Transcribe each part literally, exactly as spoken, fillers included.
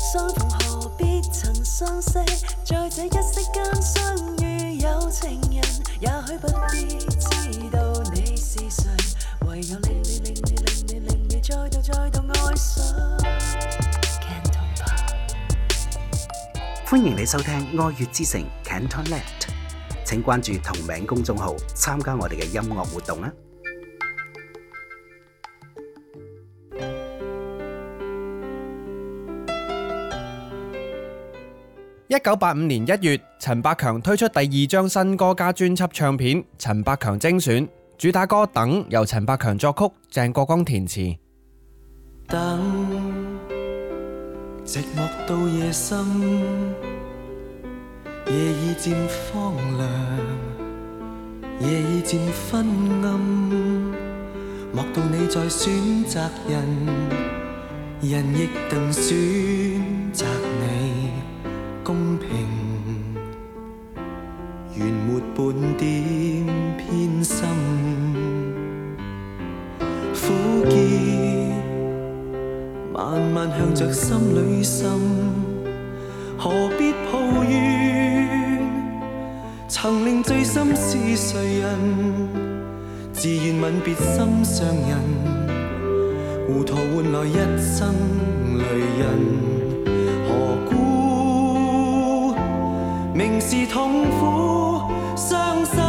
相逢何必曾相識，在這一息間相遇有情人，也許不必知道你是誰，唯有令你令你令你令你再度再度愛上。 歡迎你收聽愛粵之城 CantonLand， 請關注同名公眾號參加我哋嘅音樂活動啊！ 一九八五年一月，陳百強推出第二張新歌加專輯唱片《陳百強精選》，主打歌《等》由陳百強作曲，鄭國江填詞。 等，寂寞到夜深，夜已漸荒涼，夜已漸昏暗，莫道你在選擇人，人亦能選擇你。公平，原沒半點偏心，苦澀慢慢向着心裏滲，何必抱怨？曾令醉心是誰人？自願吻別心上人，糊塗換來一生淚人。明是痛苦傷心，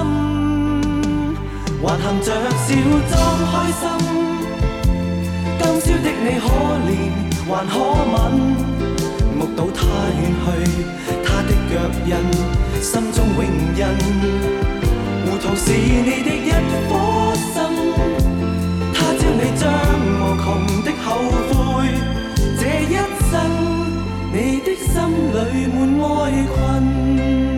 還含着笑裝開心。今宵的你可憐還可吻，目睹他遠去，他的腳印心中永印。糊塗是你的一顆心，他朝你將無窮的後悔，這一生你的心裏滿哀困。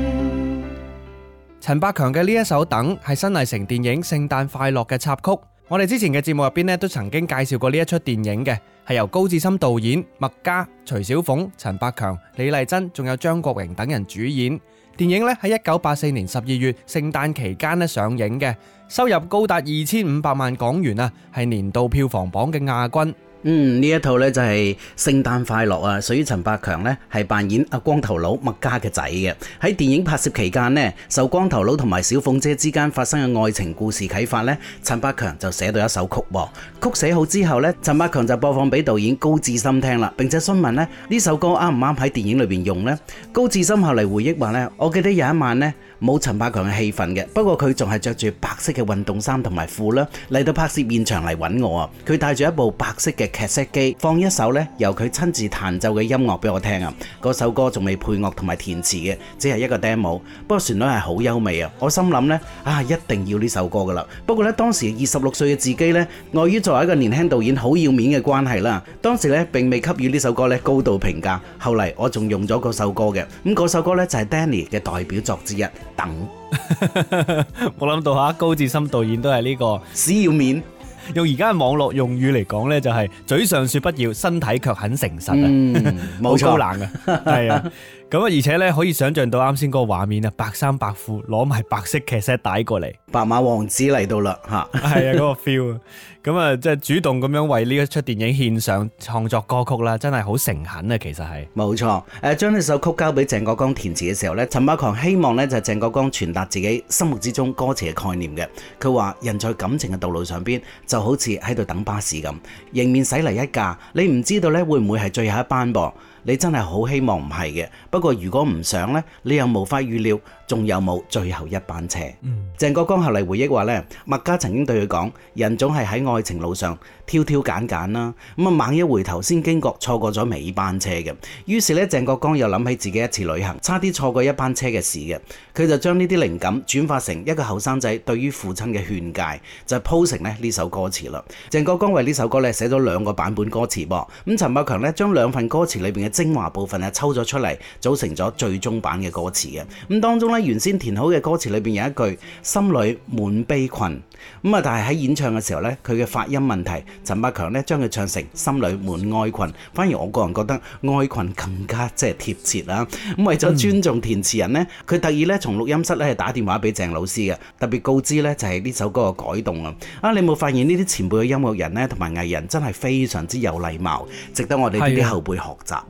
陳百強嘅呢一首《等》係新藝城電影《聖誕快樂》嘅插曲。我哋之前嘅節目入邊咧都曾經介紹過呢一出電影嘅，係由高志森導演，麥嘉、徐小鳳、陳百強、李麗珍仲有張國榮等人主演。電影咧喺一九八四年十二月聖誕期間咧上映嘅，收入高達二千五百萬港元啊，係年度票房榜嘅亞軍。 嗯，呢一套呢就係聖誕快樂啊，屬於陳百強呢係扮演阿光頭佬麥嘉嘅仔嘅。喺電影拍攝期間呢，受光頭佬同埋小鳳姐之間發生嘅愛情故事啟發呢，陳百強就寫到一首曲喎。曲寫好之後呢，陳百強就播放俾導演高志森聽啦，並且詢問呢呢首歌啱唔啱喺電影裏邊用呢？高志森後嚟回憶話呢，我記得有一晚呢冇陳百強嘅戲份嘅，不過佢仲係着住白色嘅運動衫同埋褲啦，嚟到拍攝現場嚟揾我啊！佢帶住一部白色嘅劇色機，放一首咧由佢親自彈奏嘅音樂俾我聽啊！嗰首歌仲未配樂同埋填詞嘅，只係一個 demo， 不過旋律係好優美啊！我心諗呢，啊，一定要呢首歌噶啦！不過呢，當時二十六歲嘅自己呢，礙於作為一個年輕導演好要面嘅關係啦，當時呢並未給予呢首歌呢高度評價。後嚟我仲用咗嗰首歌嘅，咁嗰首歌呢，就係 Danny 嘅代表作之一。等， 冇諗到吓，高志森導演都係呢個死要面。 用而家嘅網絡用語嚟講呢，就係嘴上說不要，身體卻很誠實啊！ 嗯，冇錯， 好高冷啊，係啊。咁啊，而且咧可以想象到啱先嗰個畫面啊，白衫白褲攞埋白色劇色帶過嚟， 白馬王子嚟到啦吓， 係啊，嗰個 feel 啊，咁啊，即係主動咁樣為呢一出電影獻上創作歌曲啦，真係好誠懇啊，其實係冇錯。誒，將呢首曲交俾鄭國江填詞嘅時候咧，陳百強希望咧就係鄭國江傳達自己心目之中歌詞嘅概念嘅。佢話人在感情嘅道路上邊就好似喺度等巴士咁，迎面駛嚟一架，你唔知道咧會唔會係最後一班噃。你真係好希望唔係嘅，不過如果唔想呢，你又無法預料仲有冇最後一班車。嗯、鄭國江後嚟回憶話呢，麥嘉曾經對佢講，人總係喺愛情路上挑挑揀揀啦，咁啊猛一回頭先驚覺錯過咗尾班車嘅。於是呢，鄭國江又諗起自己一次旅行差啲錯過一班車嘅事嘅，佢就將呢啲靈感轉化成一個後生仔對於父親嘅勸誡，就鋪成咧呢首歌詞啦。鄭國江為呢首歌咧寫咗兩個版本歌詞噃，咁陳百強咧將兩份歌詞裏邊嘅精華部分啊抽咗出嚟，組成咗最終版嘅歌詞嘅。咁當中咧原先填好嘅歌詞裏邊有一句心裏滿悲困，咁啊但係喺演唱嘅時候咧，佢嘅發音問題，陳百強咧將佢唱成心裏滿哀困，反而我個人覺得哀困更加即係貼切啦。咁為咗尊重填詞人呢，佢特意咧從錄音室咧打電話俾鄭老師嘅，特別告知咧就係呢首歌嘅改動啊！啊，你有冇發現呢啲前輩嘅音樂人咧同埋藝人真係非常之有禮貌，值得我哋呢啲後輩學習啊！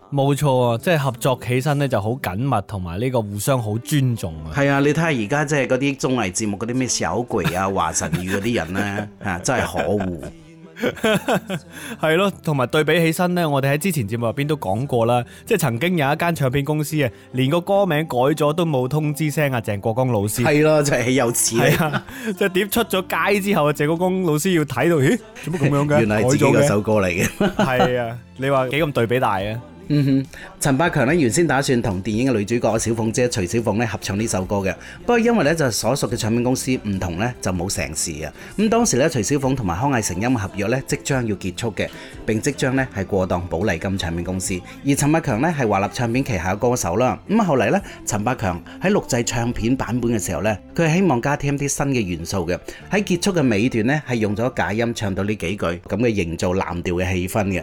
冇錯啊，即係合作起身咧就好緊密，同埋呢個互相好尊重啊。 係啊，你睇下而家即係嗰啲綜藝節目嗰啲咩小鬼啊、華晨宇嗰啲人咧，嚇真係可惡。 係咯，同埋對比起身呢，我哋喺之前節目入邊都講過啦，即係曾經有一間唱片公司啊，連個歌名改咗都冇通知聲啊，鄭國江老師。 係咯，就係有錢。 係啊，即係碟出咗街之後啊，鄭國江老師要睇到，咦，做乜咁樣嘅？ 原來係自己嗰首歌嚟嘅。 係啊，你話幾咁對比大啊？ 嗯哼，陳百強咧原先打算同電影嘅女主角小鳳姐徐小鳳咧合唱呢首歌嘅，不過因為咧就所屬嘅唱片公司唔同咧，就冇成事啊。咁當時咧徐小鳳同埋康藝成音嘅合約咧即將要結束嘅，並即將咧係過檔寶麗金唱片公司，而陳百強咧係華納唱片旗下嘅歌手啦。咁後嚟咧，陳百強喺錄製唱片版本嘅時候咧，佢係希望加添啲新嘅元素嘅，喺結束嘅尾段咧係用咗假音唱到呢幾句，咁嘅營造藍調嘅氣氛嘅。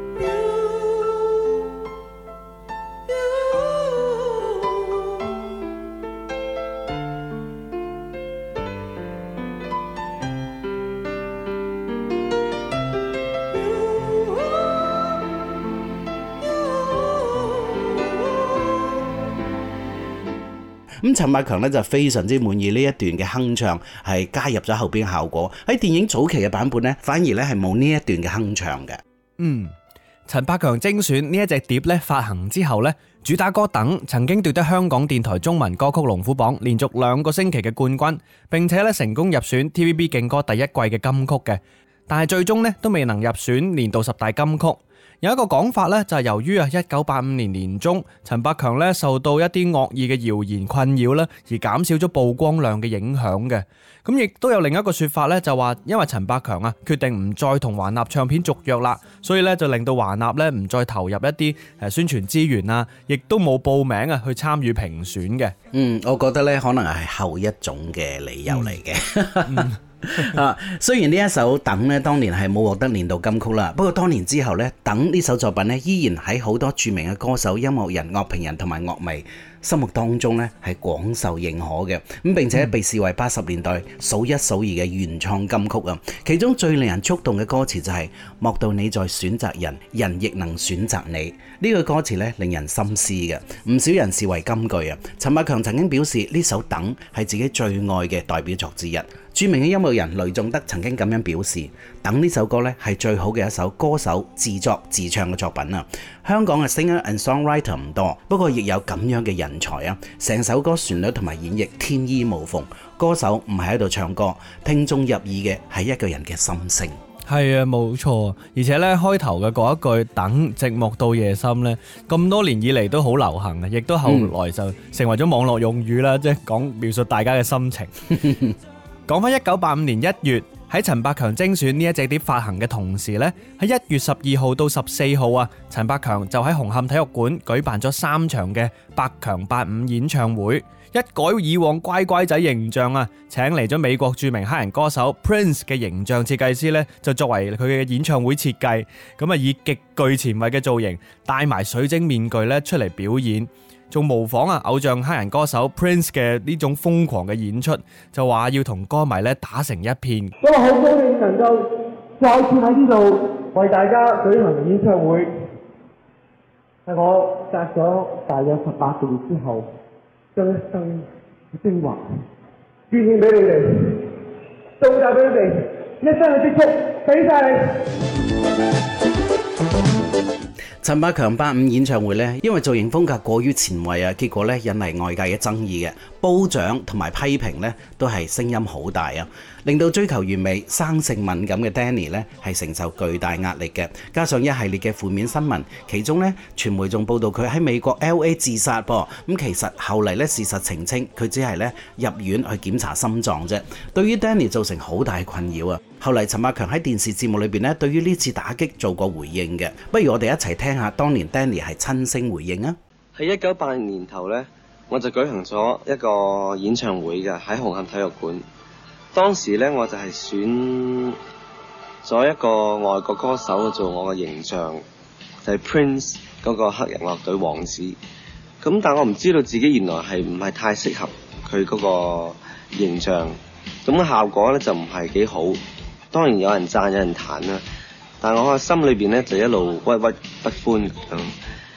咁陳百強咧就非常之滿意呢一段嘅哼唱，係加入咗後邊效果。喺電影早期嘅版本咧，反而咧係冇呢一段嘅哼唱嘅。 嗯，陳百強精選呢一隻碟咧發行之後咧，主打歌《等》曾經奪得香港電台中文歌曲龍虎榜連續兩個星期嘅冠軍，並且咧成功入選 T V B 勁歌第一季嘅金曲嘅，但係最終咧都未能入選年度十大金曲。有一個講法咧，就係由於啊一九八五年年中陳百強咧受到一啲惡意嘅謠言困擾咧，而減少咗曝光量嘅影響嘅。咁亦都有另一個說法咧，就話因為陳百強啊決定唔再同華納唱片續約啦，所以咧就令到華納咧唔再投入一啲誒宣傳資源啊，亦都冇報名啊去參與評選嘅。 嗯，我覺得咧可能係後一種嘅理由嚟嘅。嗯嗯啊，雖然呢一首等咧當年係冇獲得年度金曲啦，不過多年之後咧，等呢首作品咧依然喺好多著名嘅歌手、音樂人、樂評人同埋樂迷心目當中咧係廣受認可嘅，咁並且被視為八十年代數一數二嘅原創金曲啊。其中最令人觸動嘅歌詞就係莫道你在選擇人，人亦能選擇你。呢句歌詞咧令人深思嘅，唔少人視為金句啊。陳百強曾經表示呢首等係自己最愛嘅代表作之一。著名嘅音樂人雷頌德曾經咁樣表示：等呢首歌咧係最好嘅一首歌手自作自唱嘅作品啊！香港嘅 singer and songwriter 唔多，不過亦有咁樣嘅人才啊！成首歌旋律同埋演繹天衣無縫，歌手唔係喺度唱歌，聽眾入耳嘅係一個人嘅心聲。 係啊，冇錯，而且咧開頭嘅嗰一句等寂寞到夜深咧，咁多年以嚟都好流行啊，亦都後來就成為咗網絡用語啦，即係講描述大家嘅心情。講翻一九八五年一月喺陳百強精選呢一隻碟發行嘅同時呢，喺一月十二號到十四號啊，陳百強就喺紅磡體育館舉辦咗三場嘅百強八五演唱會，一改以往乖乖仔形象啊，請嚟咗美國著名黑人歌手 Prince 嘅形象設計師呢，就作為佢嘅演唱會設計，咁啊以極具前衛嘅造型，戴埋水晶面具咧出嚟表演。仲模仿啊偶像黑人歌手 Prince 嘅呢種瘋狂嘅演出，就話要同歌迷咧打成一片。 我好高興能夠再次喺呢度為大家舉行演唱會，係我隔咗大約十八個月之後，將一生嘅精華捐獻俾你哋，送曬俾你哋，一生嘅積蓄俾曬你。 陳百強八五演唱會呢，因為造型風格過於前衛啊，結果呢引嚟外界嘅爭議嘅，褒獎同埋批評呢都係聲音好大啊，令到追求完美、生性敏感嘅 Danny 呢係承受巨大壓力嘅。加上一系列嘅負面新聞，其中呢傳媒仲報道佢喺美國 L A 自殺噃。咁其實後嚟呢事實澄清，佢只係呢入院去檢查心臟啫。對於 Danny 造成好大困擾啊。後嚟陳百強喺電視節目裏邊呢，對於呢次打擊做過回應嘅，不如我哋一齊聽下當年 Danny 係親聲回應啊！ 喺一九八零年頭呢，我就舉行咗一個演唱會嘅喺紅磡體育館。當時呢，我就係選咗一個外國歌手做我嘅形象，就係 Prince 嗰個黑人樂隊王子。咁但我唔知道自己原來係唔係太適合佢嗰個形象，咁嘅效果呢，就唔係幾好。當然有人讚有人彈啦，但我個心裏邊咧就一路鬱鬱不歡咁。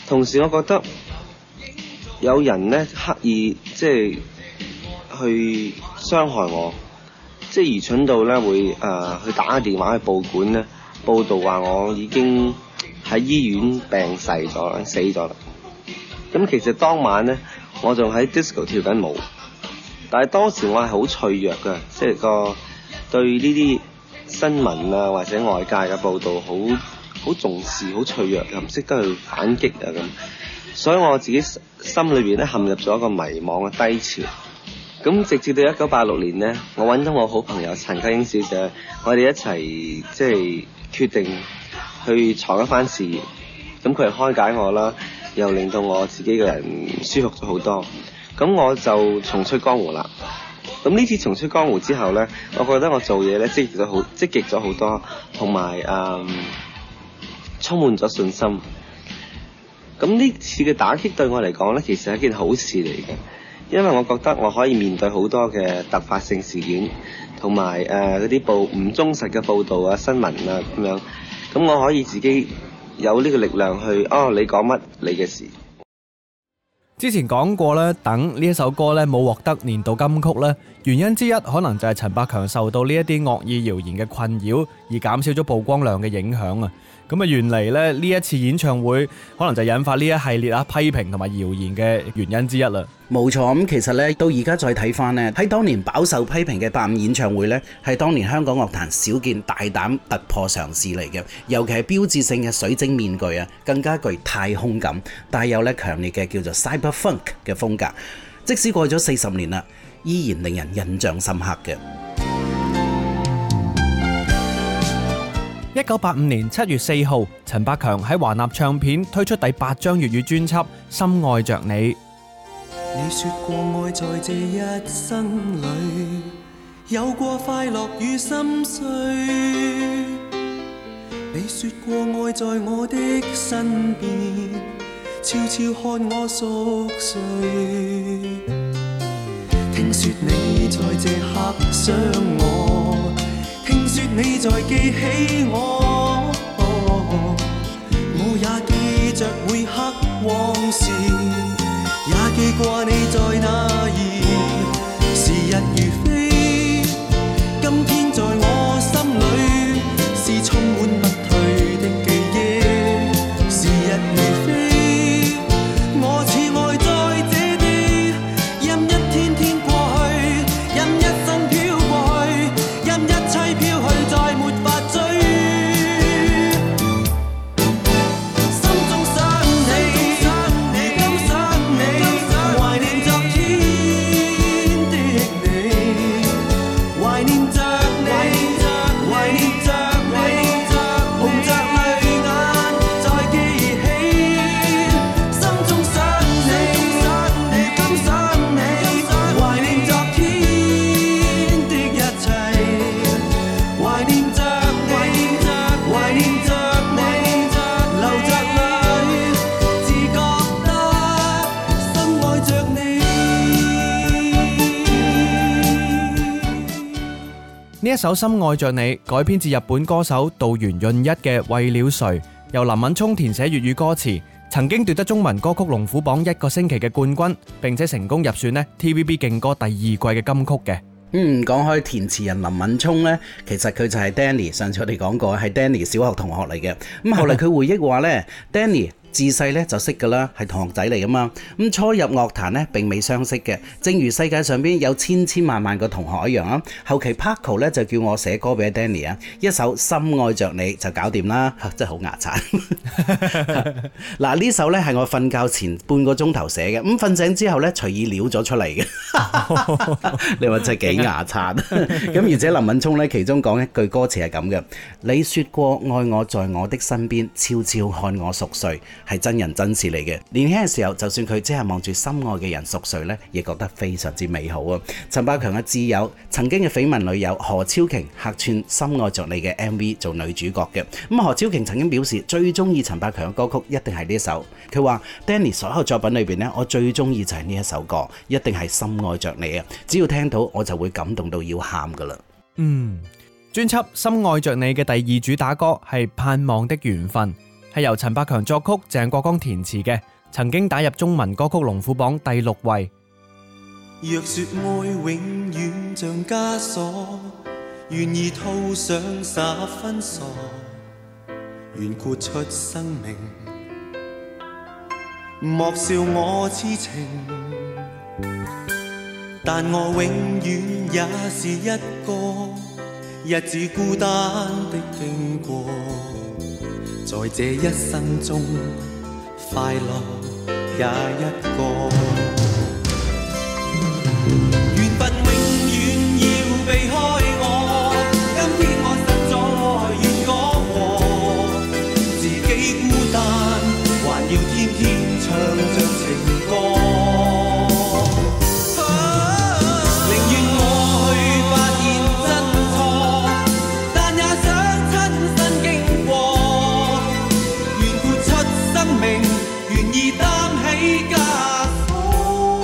同時我覺得有人咧刻意即係去傷害我，即係愚蠢到咧會誒、呃、去打個電話去報館咧，報道話我已經喺醫院病逝咗，死咗啦。咁其實當晚咧，我仲喺 disco 跳緊舞，但係當時我係好脆弱嘅，即係個對呢啲新聞啊或者外界嘅報導好好重視，好脆弱，又唔識得去反擊啊咁，所以我自己心裏邊咧陷入咗一個迷茫嘅低潮。咁直至到一九八六年咧，我揾到我好朋友陳嘉英小姐，我哋一齊即係決定去闖一番事業。咁佢係開解我啦，又令到我自己個人舒服咗好多。咁我就重出江湖啦。咁呢次重出江湖之後咧，我覺得我做嘢咧積極咗好，積極咗好多，同埋誒充滿咗信心。咁呢次嘅打擊對我嚟講咧，其實係一件好事嚟嘅，因為我覺得我可以面對好多嘅突發性事件，同埋誒嗰啲報唔忠實嘅報導啊、新聞啊咁樣。咁我可以自己有呢個力量去，哦，你講乜你嘅事。 之前講過咧，等呢一首歌咧冇獲得年度金曲咧，原因之一可能就係陳百強受到呢一啲惡意謠言嘅困擾，而減少咗曝光量嘅影響啊。咁啊，原嚟咧呢一次演唱會可能就引發呢一系列啊批評同埋謠言嘅原因之一啦。 冇錯，咁其實咧到而家再睇翻呢，喺當年飽受批評嘅八五演唱會呢，係當年香港樂壇少見大膽突破嘗試嚟嘅，尤其係標誌性嘅水晶面具啊，更加具太空感，帶有咧強烈嘅叫做 cyberfunk 嘅風格。即使過咗四十年啦，依然令人印象深刻嘅。 一九八五年七月四號，陳百強喺華納唱片推出第八張粵語專輯《深愛着你》。 你說過愛在這一生裏，有過快樂與心碎。你說過愛在我的身邊，悄悄看我熟睡。聽說你在這刻想我，聽說你在記起我，我也記着每刻往事，也記掛你在哪兒。時日如飛，今天在我心裏是充滿不退的記憶。時日如飛，我似愛在這地，任一天天過去，任一生飄過去，任一切飄去，再沒法追。心中想你，如今想你，懷念昨天的你，懷念着你，懷念着你，紅着淚眼再記起。心中想你，如今想你，懷念昨天的一切，懷念着你，懷念着你，流着淚，只覺得深愛着你。 呢一首《深愛着你》改編自日本歌手稻原潤一嘅《為了誰》，由林敏聰填寫粵語歌詞，曾經奪得中文歌曲龍虎榜一個星期嘅冠軍，並且成功入選呢 T V B 勁歌第二季嘅金曲嘅。 嗯，講開填詞人林敏聰呢，其實佢就係 Danny，上次我哋講過係 Danny 小學同學嚟嘅。咁後嚟佢回憶話呢Danny 自細咧就識㗎啦，係同學仔嚟㗎嘛。咁初入樂壇咧並未相識嘅，正如世界上邊有千千萬萬個同學一樣啊。後期 Paco 咧就叫我寫歌俾 Danny 啊，一首《深愛着你》就搞掂啦，真係好牙殘。嗱呢首咧係我瞓覺前半個鐘頭寫嘅，咁瞓醒之後咧隨意撩咗出嚟嘅。你話真係幾牙殘？咁而且林敏聰咧其中講一句歌詞係咁嘅：你說過愛我在我的身邊，悄悄看我熟睡。係真人真事嚟嘅。年輕嘅時候，就算佢只係望住心愛嘅人熟睡呢，亦覺得非常之美好啊！陳百強嘅摯友，曾經嘅緋聞女友何超瓊客串《深愛着你》嘅 M V 做女主角嘅。咁何超瓊曾經表示最中意陳百強嘅歌曲一定係呢首。佢話 Danny 所有作品裏邊呢，我最中意就係呢一首歌，一定係《深愛着你》啊！只要聽到我就會感動到要喊噶啦。 嗯，專輯《深愛着你》嘅第二主打歌係《盼望的緣分》。 係由陳百強作曲、鄭國江填詞嘅，曾經打入中文歌曲龍虎榜第六位。 若說愛永遠像枷鎖，願意套上十分傻，願豁出生命，莫笑我痴情，但我永遠也是一個日子孤單的經過，在這一生中快樂也一個，緣分永遠要避開我，今天我實在願講和，自己孤單還要天天唱着情歌，寧願我去發現真錯，但也想親身經過，願豁出生命，願意擔起枷鎖，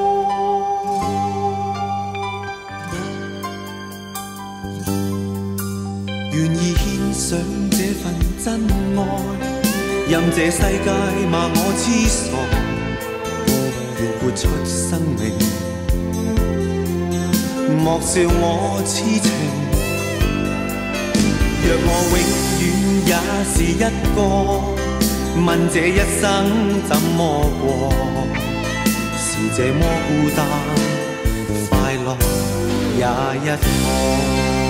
願意獻上這份真愛，任這世界罵我痴傻，願豁出生命，莫笑我痴情，若我永遠也是一個，問這一生怎麼過，是這麼孤單，快樂也一個。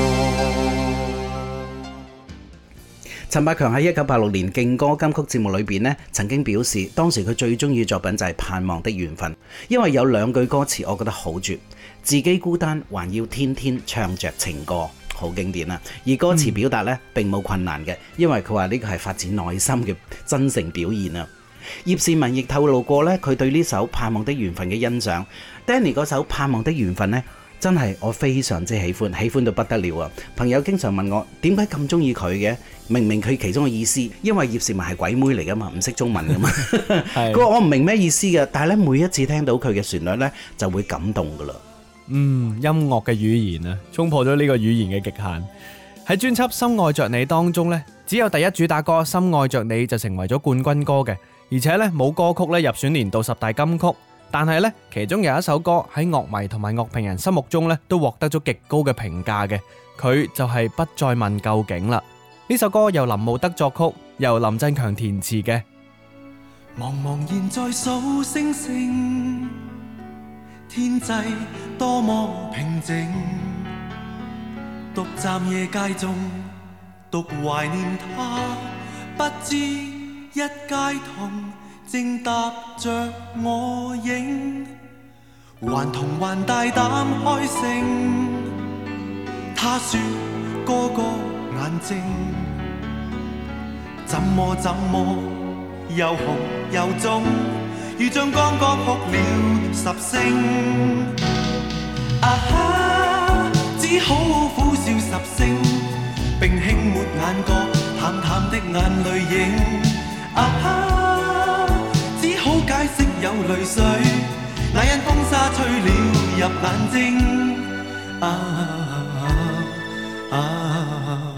陳百強喺一九八六年勁歌金曲節目裏邊呢，曾經表示當時佢最中意作品就係《盼望的緣分》，因為有兩句歌詞我覺得好絕，自己孤單還要天天唱着情歌，好經典啦。而歌詞表達呢並冇困難嘅，因為佢話呢個係發自內心嘅真誠表現啊。葉倩文亦透露過呢，佢對呢首《盼望的緣分》嘅欣賞。Danny 嗰首《盼望的緣分》呢，真係我非常之喜歡，喜歡到不得了啊！朋友經常問我點解咁中意佢嘅？明明佢其中嘅意思，因為葉倩文係鬼妹嚟噶嘛，唔識中文噶嘛。佢話我唔明咩意思嘅，但係咧每一次聽到佢嘅旋律咧，就會感動噶啦。 嗯，音樂嘅語言啊，衝破咗呢個語言嘅極限。喺專輯《深愛着你》當中咧，只有第一主打歌《深愛着你》就成為咗冠軍歌嘅，而且咧冇歌曲咧入選年度十大金曲。但係咧，其中有一首歌喺樂迷同埋樂評人心目中咧，都獲得咗極高嘅評價嘅，佢就係不再問究竟啦。呢首歌由林慕德作曲，由林振強填詞嘅。 茫茫然在數星星，天際多麼平靜，獨站夜街中，獨懷念他，不知一街童正踏着我影，還童還大膽開聲，他說個個眼睛怎麼怎麼又紅又腫，如像剛剛哭了十聲，啊哈，只好苦笑十聲，並輕抹眼角淡淡的眼淚影，啊哈，只好解釋有淚水，那因風沙吹了入眼睛，啊啊，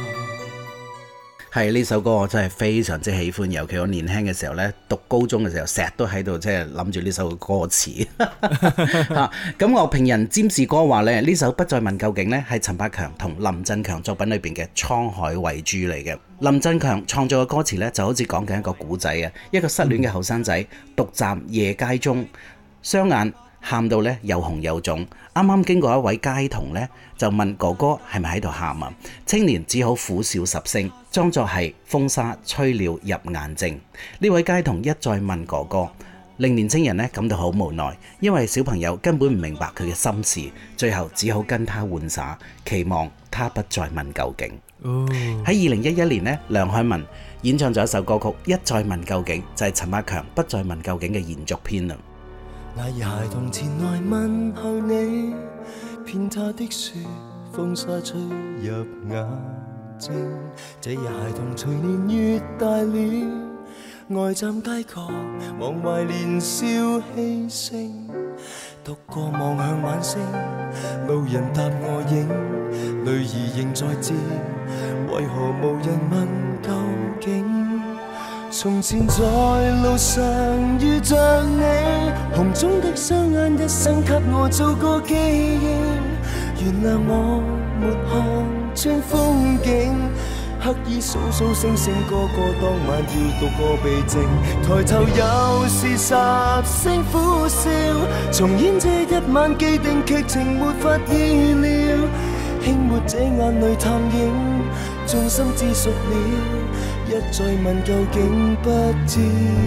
係呢首歌我真係非常之喜歡，尤其我年輕嘅時候呢，讀高中嘅時候成日都喺度即係諗住呢首歌詞。咁樂評人詹士哥話咧，呢首不再問究竟呢係陳百強同林振強作品裏邊嘅滄海遺珠嚟嘅。林振強創作嘅歌詞呢，就好似講緊一個古仔啊，一個失戀嘅後生仔獨站夜街中，雙眼喊到咧又紅又腫，啱啱經過一位街童咧，就問哥哥係咪喺度喊啊？青年只好苦笑十聲，裝作係風沙吹了入眼睛。呢位街童一再問哥哥，令年青人咧感到好無奈，因為小朋友根本唔明白佢嘅心事，最後只好跟他玩耍，期望他不再問究竟。喺二零一一年咧，梁漢文演唱咗一首歌曲《一再問究竟》，就係陳百強《不再問究竟》嘅延續篇啦。 那兒孩童前來問候你，騙他的說風沙吹入眼睛。這兒孩童隨年越大了，呆站街角忘懷年少氣盛。獨個望向晚星，路人答我影，淚兒仍在漸，為何無人問究竟？ 從前在路上遇着你，紅中的雙眼一生給我做個記憶。原諒我沒看穿風景，刻意數數星星，個個當晚要獨個避靜。抬頭又是十聲苦笑，重演這一晚既定劇情，沒法意料。輕抹這眼淚探影，縱心知熟了，一再問究竟不知。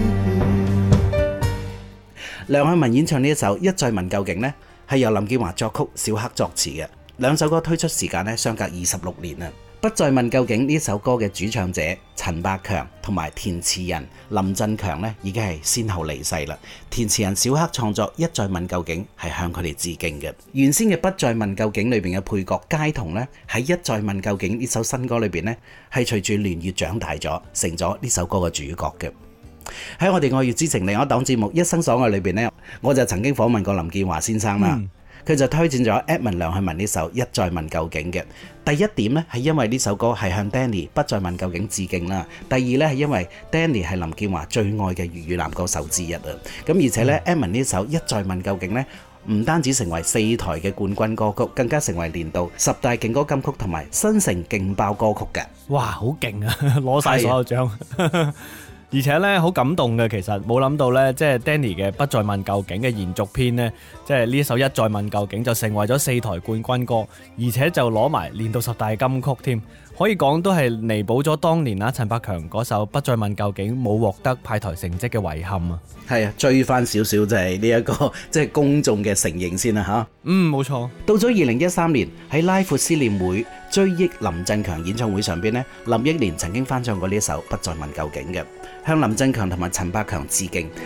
梁漢文演唱呢一首《一再問究竟》呢，係由林建華作曲、小黑作詞嘅。兩首歌推出時間呢，相隔二十六年啊！不再問究竟呢首歌嘅主唱者陳百強同埋填詞人林振強呢，已經係先後離世啦。填詞人小黑創作《一再問究竟》係向佢哋致敬嘅。原先嘅《不再問究竟》裏邊嘅配角佳彤呢，喺《一再問究竟》呢首新歌裏邊呢，係隨住年月長大咗，成咗呢首歌嘅主角嘅。喺我哋《愛粵之城》另一檔節目《一生所愛》裏邊呢，我就曾經訪問過林建華先生啦。嗯佢就推薦咗 Edmond 梁漢文呢首《一再問究竟》嘅。第一點呢，係因為呢首歌係向 Danny 不再問究竟致敬啦。第二呢，係因為 Danny 係林建華最愛嘅粵語男歌手之一啊。咁而且呢 Edmond 呢首《一再問究竟》呢，唔單止成為四台嘅冠軍歌曲，更加成為年度十大勁歌金曲同埋新城勁爆歌曲嘅。 哇，好勁啊！攞晒所有獎。而且咧好感動嘅，其實冇諗到咧，即係 Danny 嘅《不再問究竟》嘅延續篇呢，即係呢首《一再問究竟》就成為咗四台冠軍歌，而且就攞埋年度十大金曲添，可以講都係彌補咗當年啊陳百強嗰首《不再問究竟》冇獲得派台成績嘅遺憾啊。 係啊，追翻少少就係呢一個即係公眾嘅承認先啦吓。 嗯，冇錯。到咗二零一三年喺拉闊思念會追憶林振強演唱會上邊呢，林憶蓮曾經翻唱過呢一首《不再問究竟》嘅，向林振強同埋陳百強致敬。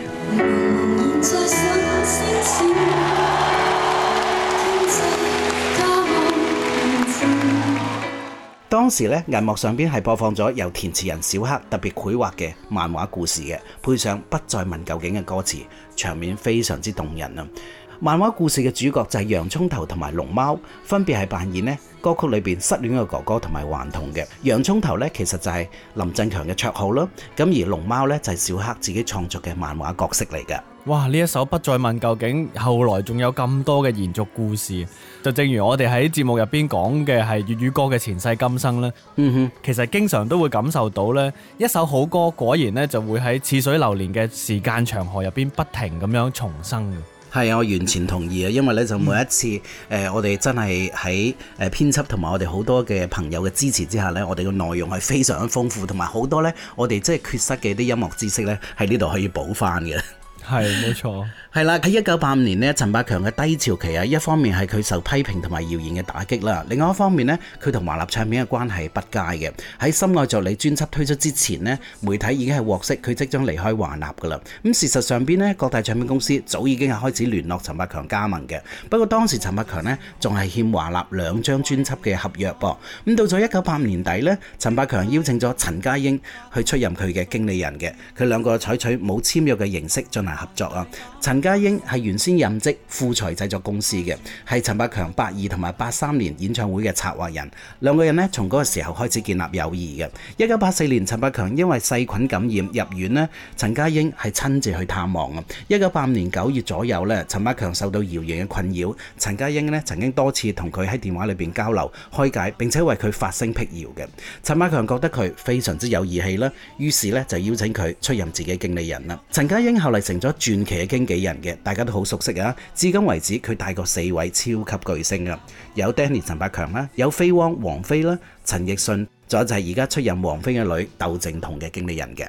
當時咧，銀幕上邊係播放咗由填詞人小黑特別繪畫嘅漫畫故事嘅，配上不再問究竟嘅歌詞，場面非常之動人啊！漫畫故事嘅主角就係洋葱頭同埋龍貓，分別係扮演咧歌曲裏邊失戀嘅哥哥同埋頑童嘅。洋葱頭咧其實就係林振強嘅綽號啦，咁而龍貓咧就係小黑自己創作嘅漫畫角色嚟㗎。 哇！呢一首不再問究竟，後來仲有咁多嘅延續故事，就正如我哋喺節目入邊講嘅係粵語歌嘅前世今生啦。嗯哼，其實經常都會感受到咧，一首好歌果然咧就會喺似水流年嘅時間長河入邊不停咁樣重生嘅。 係啊，我完全同意啊！因為咧就每一次誒、嗯呃，我哋真係喺誒編輯同埋我哋好多嘅朋友嘅支持之下咧，我哋嘅內容係非常之豐富，同埋好多咧我哋即係缺失嘅啲音樂知識咧喺呢度可以補翻嘅。 係冇錯， 係啦，喺一九八五年呢，陳百強嘅低潮期啊，一方面係佢受批評同埋謠言嘅打擊啦，另外一方面呢，佢同華納唱片嘅關係不佳嘅。喺《心愛着你》專輯推出之前呢，媒體已經係獲悉佢即將離開華納噶啦。咁事實上邊呢，各大唱片公司早已經係開始聯絡陳百強加盟嘅。不過當時陳百強呢，仲係欠華納兩張專輯嘅合約噃。咁到咗一九八五年底呢，陳百強邀請咗陳家英去出任佢嘅經理人嘅，佢兩個採取冇簽約嘅形式進行合作啊。陳家英係原先任職富財製作公司嘅，係陳百強八二同埋八三年演唱會嘅策劃人。兩個人呢，從嗰個時候開始建立友誼嘅。一九八四年，陳百強因為細菌感染入院呢，陳家英係親自去探望啊。一九八五年九月左右呢，陳百強受到謠言嘅困擾，陳家英呢曾經多次同佢喺電話裏邊交流開解，並且為佢發聲辟謠嘅。陳百強覺得佢非常之有義氣啦，於是呢就邀請佢出任自己經理人啦。陳家英後嚟成咗傳奇嘅經紀人嘅，大家都好熟悉啊！至今為止，佢帶過四位超級巨星啊，有 Danny 陳百強啦，有飛汪王菲啦，陳奕迅，仲有就係而家出任王菲嘅女竇靖童嘅經理人嘅。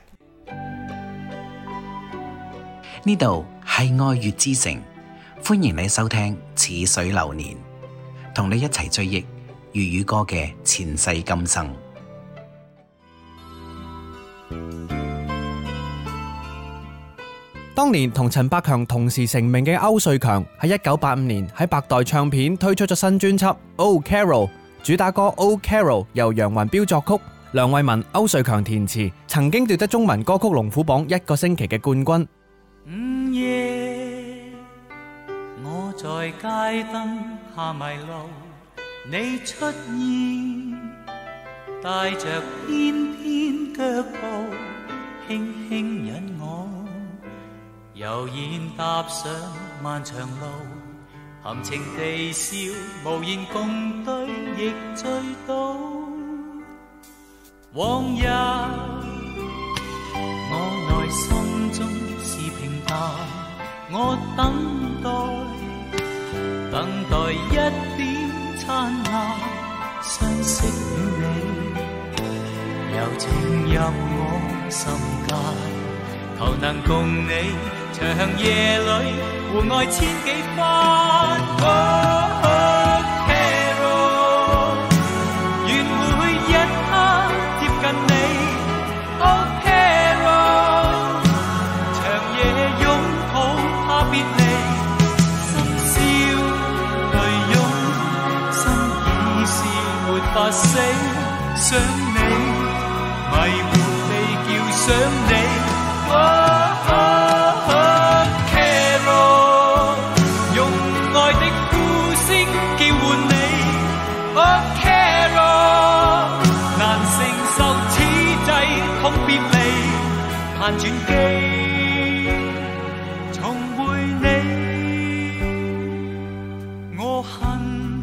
呢度係愛粵之城，歡迎你收聽《似水流年》，同你一齊追憶粵語歌嘅前世今生。 當年同陳百強同時成名嘅歐瑞強喺一九八五年喺百代唱片推出咗新專輯《Oh Carol》，主打歌《Oh Carol》由楊雲標作曲，梁慧文、歐瑞強填詞，曾經奪得中文歌曲龍虎榜一個星期嘅冠軍。 午夜我在街燈下迷路，你出現帶着翩翩腳步， 輕輕引我，悠然踏上漫長路，含情地笑，無言共對，亦醉倒。往日我內心中是平淡，我等待，等待一點燦爛，相識了你，柔情入我心間，求能共你長夜裏互愛千幾番。Oh, oh, Carol， 願每一刻貼近你。Oh, Carol， 長夜擁抱怕別離，深宵淚湧，心已是沒法死，想你迷糊地叫想你。Oh, oh, oh, Carol， 用愛的呼聲叫喚你。Oh, Carol， 難承受此際痛別離，盼轉機重會你。我恨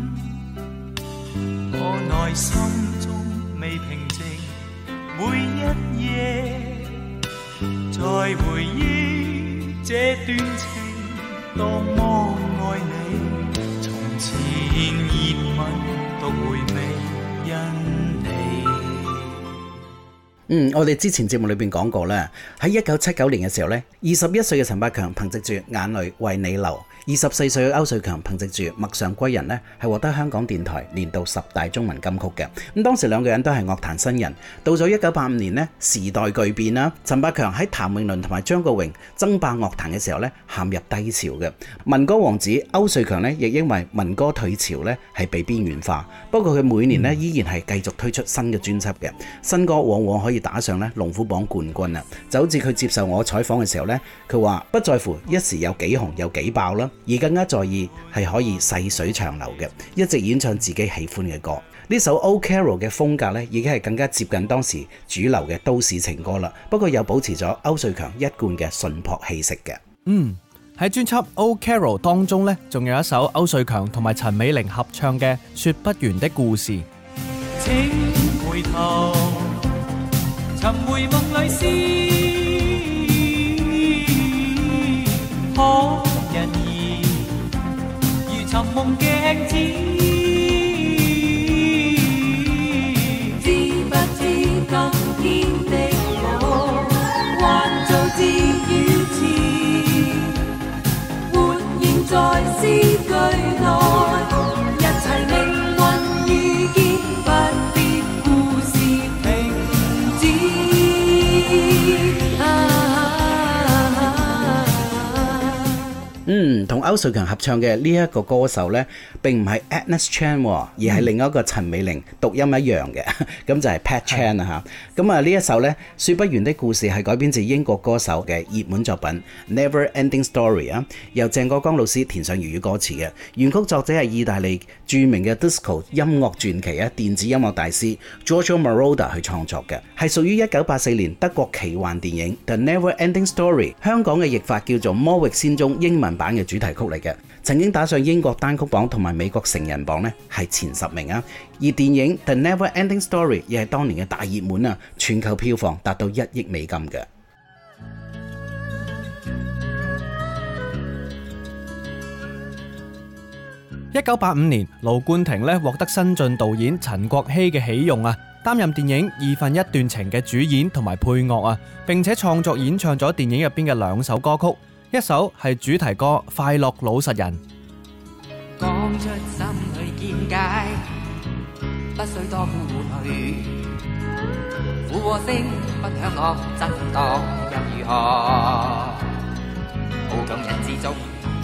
我內心中未平靜，每一夜再回憶這段情，多麼愛你，從前熱吻獨回味因你。 嗯，我哋之前節目裏邊講過咧，喺一九七九年嘅時候咧，二十一歲嘅陳百強憑藉住《眼淚為你流》，二十四歲嘅歐瑞強憑藉住《陌上歸人》咧，係獲得香港電台年度十大中文金曲嘅。咁當時兩個人都係樂壇新人。到咗一九八五年咧，時代巨變啦，陳百強喺譚詠麟同埋張國榮爭霸樂壇嘅時候咧，陷入低潮嘅。民歌王子歐瑞強咧，亦因為民歌退潮咧，係被邊緣化。不過佢每年咧依然係繼續推出新嘅專輯嘅，新歌往往可以打上咧龍虎榜冠軍啊！就好似佢接受我採訪嘅時候咧，佢話不在乎一時有幾紅有幾爆啦，而更加在意係可以細水長流嘅，一直演唱自己喜歡嘅歌。呢首《Oh Carol》嘅風格咧，已經係更加接近當時主流嘅都市情歌啦。不過又保持咗歐瑞強一貫嘅淳樸氣息嘅。 嗯，喺專輯《Oh Carol》當中咧，仲有一首歐瑞強同埋陳美齡合唱嘅《說不完的故事》。 請回頭，尋回夢裏思，可人兒如尋夢鏡子， 知不知今天的我，還做自語詞，活現在詩句內，一切命運遇見，不必故事停止。 嗯，同歐瑞強合唱嘅呢一個歌手呢，並唔係 Agnes Chan， 而係另一個陳美齡，讀音一樣嘅，咁就係 Pat Chan 啊嚇。咁啊呢一首呢，說不完的故事係改編自英國歌手嘅熱門作品 Never Ending Story 啊，由鄭國江老師填上粵語歌詞嘅，原曲作者係意大利著名嘅 Disco 音樂傳奇啊，電子音樂大師 Giorgio Moroder 去創作嘅，係屬於一九八四年德國奇幻電影 The Never Ending Story， 香港嘅譯法叫做《魔域仙蹤》英文版嘅主題曲嚟嘅，曾經打上英國單曲榜同埋美國成人榜呢係前十名啊。而電影 The Never Ending Story 亦係當年嘅大熱門啊，全球票房達到一億美金嘅。 一九八五年，盧冠廷咧獲得新晉導演陳國希嘅喜用啊，擔任電影《二分一段情》嘅主演同埋配樂啊，並且創作演唱咗電影入邊嘅兩首歌曲，一首係主題歌《快樂老實人》。 講出心裏見解，不需多顧慮，附和聲不響樂震盪又如何？好感人之中。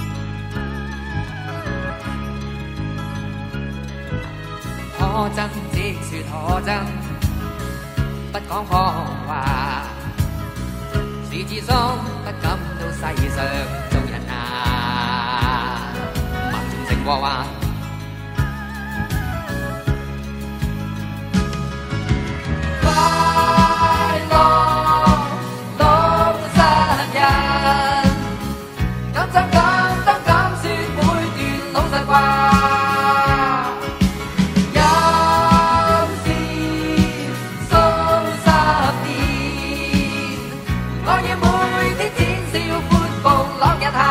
可憎即說可憎，不講謊話，是自心不感到世上做人啊，萬眾成禍患。快樂我要每天展笑闊步樂一下。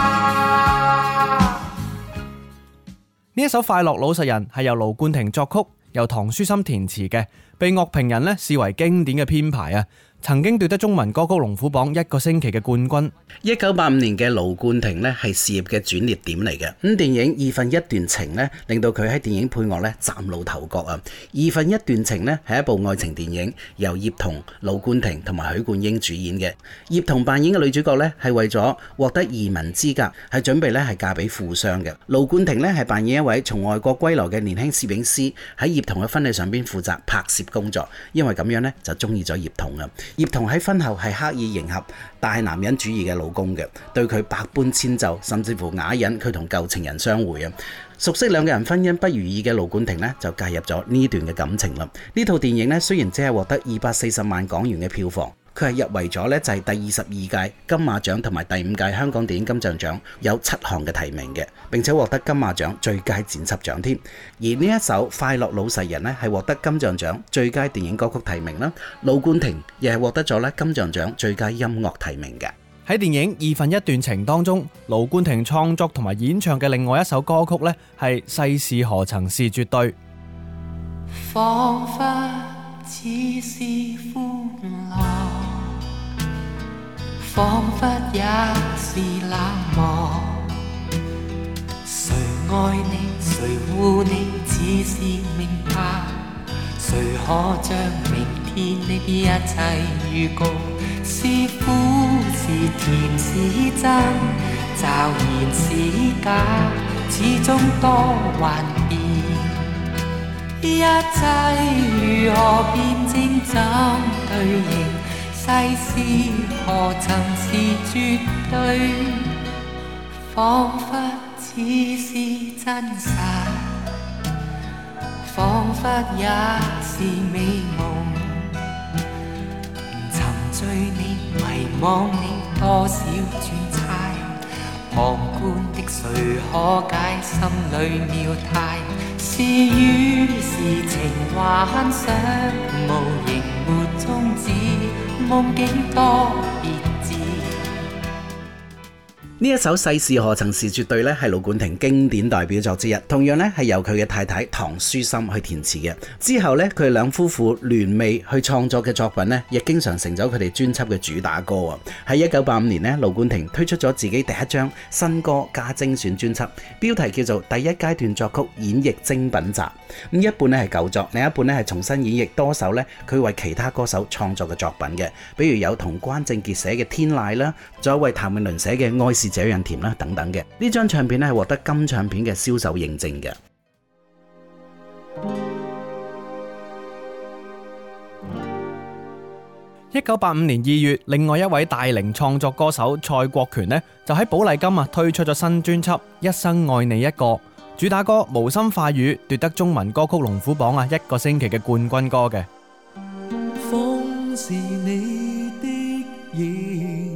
呢一首《快樂老實人》係由盧冠廷作曲，由唐書琛填詞嘅，被樂評人咧視為經典嘅編排啊！曾經奪得中文歌曲龍虎榜一個星期嘅冠軍。 一九八五年嘅盧冠廷呢係事業嘅轉捩點嚟嘅。咁電影《二分一段情》呢令到佢喺電影配樂呢嶄露頭角啊！《二分一段情》呢係一部愛情電影，由葉童、盧冠廷同埋許冠英主演嘅。葉童扮演嘅女主角呢係為咗獲得移民資格，係準備呢係嫁俾富商嘅。盧冠廷呢係扮演一位從外國歸來嘅年輕攝影師，喺葉童嘅婚禮上邊負責拍攝工作，因為咁樣呢就中意咗葉童啊！葉童喺婚後係刻意迎合大男人主義嘅老公嘅，對佢百般遷就，甚至乎啞忍佢同舊情人相會啊！熟悉兩個人婚姻不如意嘅盧冠廷呢，就介入咗呢段嘅感情啦。呢套電影呢，雖然只係獲得二百四十萬港元嘅票房，佢係入圍咗呢，就係第二十二屆金馬獎同埋第五屆香港電影金像獎有七項嘅提名嘅，並且獲得金馬獎最佳剪輯獎添。而呢一首《快樂老實人》呢，係獲得金像獎最佳電影歌曲提名啦。盧冠廷亦係獲得咗咧金像獎最佳音樂提名嘅。 喺電影《二分一段情》當中，盧冠廷創作同埋演唱嘅另外一首歌曲呢，係《世事何曾是絕對》。 彷彿似是歡樂，彷彿也是冷漠。誰愛你，誰護你，只是明白。誰可將明天的一切預告？是苦是甜是真，驟然是假，始終多幻變。一切如何辨證怎對應？世事何曾是絕對？彷彿只是真實，彷彿也是美夢。沉醉你，迷惘你，多少轉猜，旁觀的誰可解心裏妙態？是與是情幻想，無形沒終止，夢境多別致。 呢一首《世事何曾是絕對》咧，係盧冠廷經典代表作之一，同樣咧係由佢嘅太太唐書琛去填詞嘅。之後咧，佢哋兩夫婦聯袂去創作嘅作品咧，亦經常成咗佢哋專輯嘅主打歌啊！喺一九八五年咧，盧冠廷推出咗自己第一張新歌加精選專輯，標題叫做《第一階段作曲演繹精品集》。咁一半咧係舊作，另一半咧係重新演繹多首咧佢為其他歌手創作嘅作品嘅，比如有同關正傑寫嘅《天籟》啦，仲有為譚詠麟寫嘅《愛是這樣甜》啦等等嘅。呢張唱片咧係獲得金唱片嘅銷售認證嘅。 一九八五年二月，另外一位大齡創作歌手蔡國權呢，就喺寶麗金啊推出咗新專輯《一生愛你一個》，主打歌《無心快語》奪得中文歌曲龍虎榜啊一個星期嘅冠軍歌嘅。 風是你的影，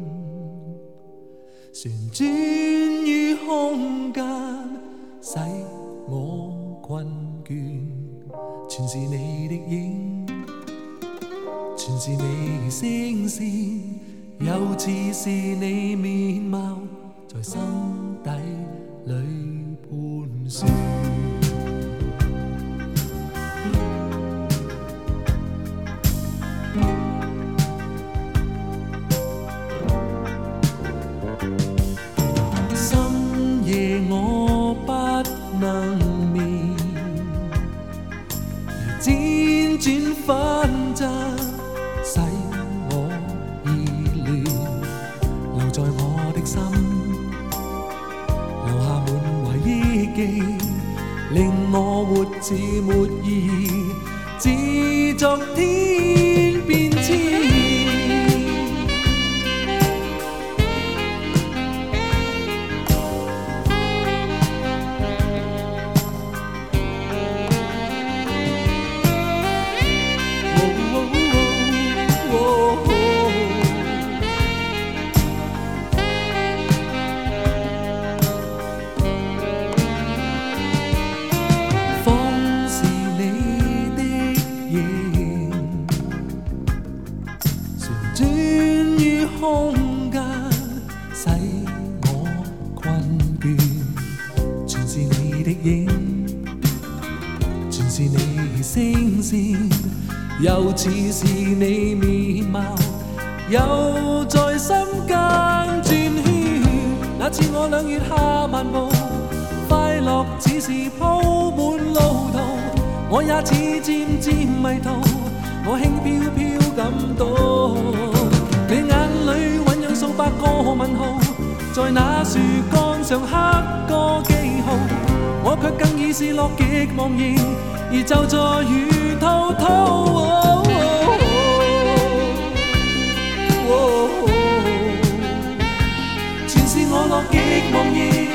旋轉於空間，使我困倦，全是你的影，全是你聲線，又似是你面貌，在心底裏盤旋。深夜我不能眠，如輾轉反側，使我意亂，留在我的心，留下滿懷憶記，令我活似沒意義，自作天變遷。 空間，使我困倦，全是你的影，全是你聲線，又似是你面貌，又在心間轉圈。那次我兩月下漫步，快樂只是鋪滿路途，我也似漸漸迷途，我輕飄飄感到，你眼裏醞釀數百個問號，在那樹幹上刻個記號，我卻更已是樂極忘形，而就在如滔滔。哦哦哦哦全是我樂極忘形。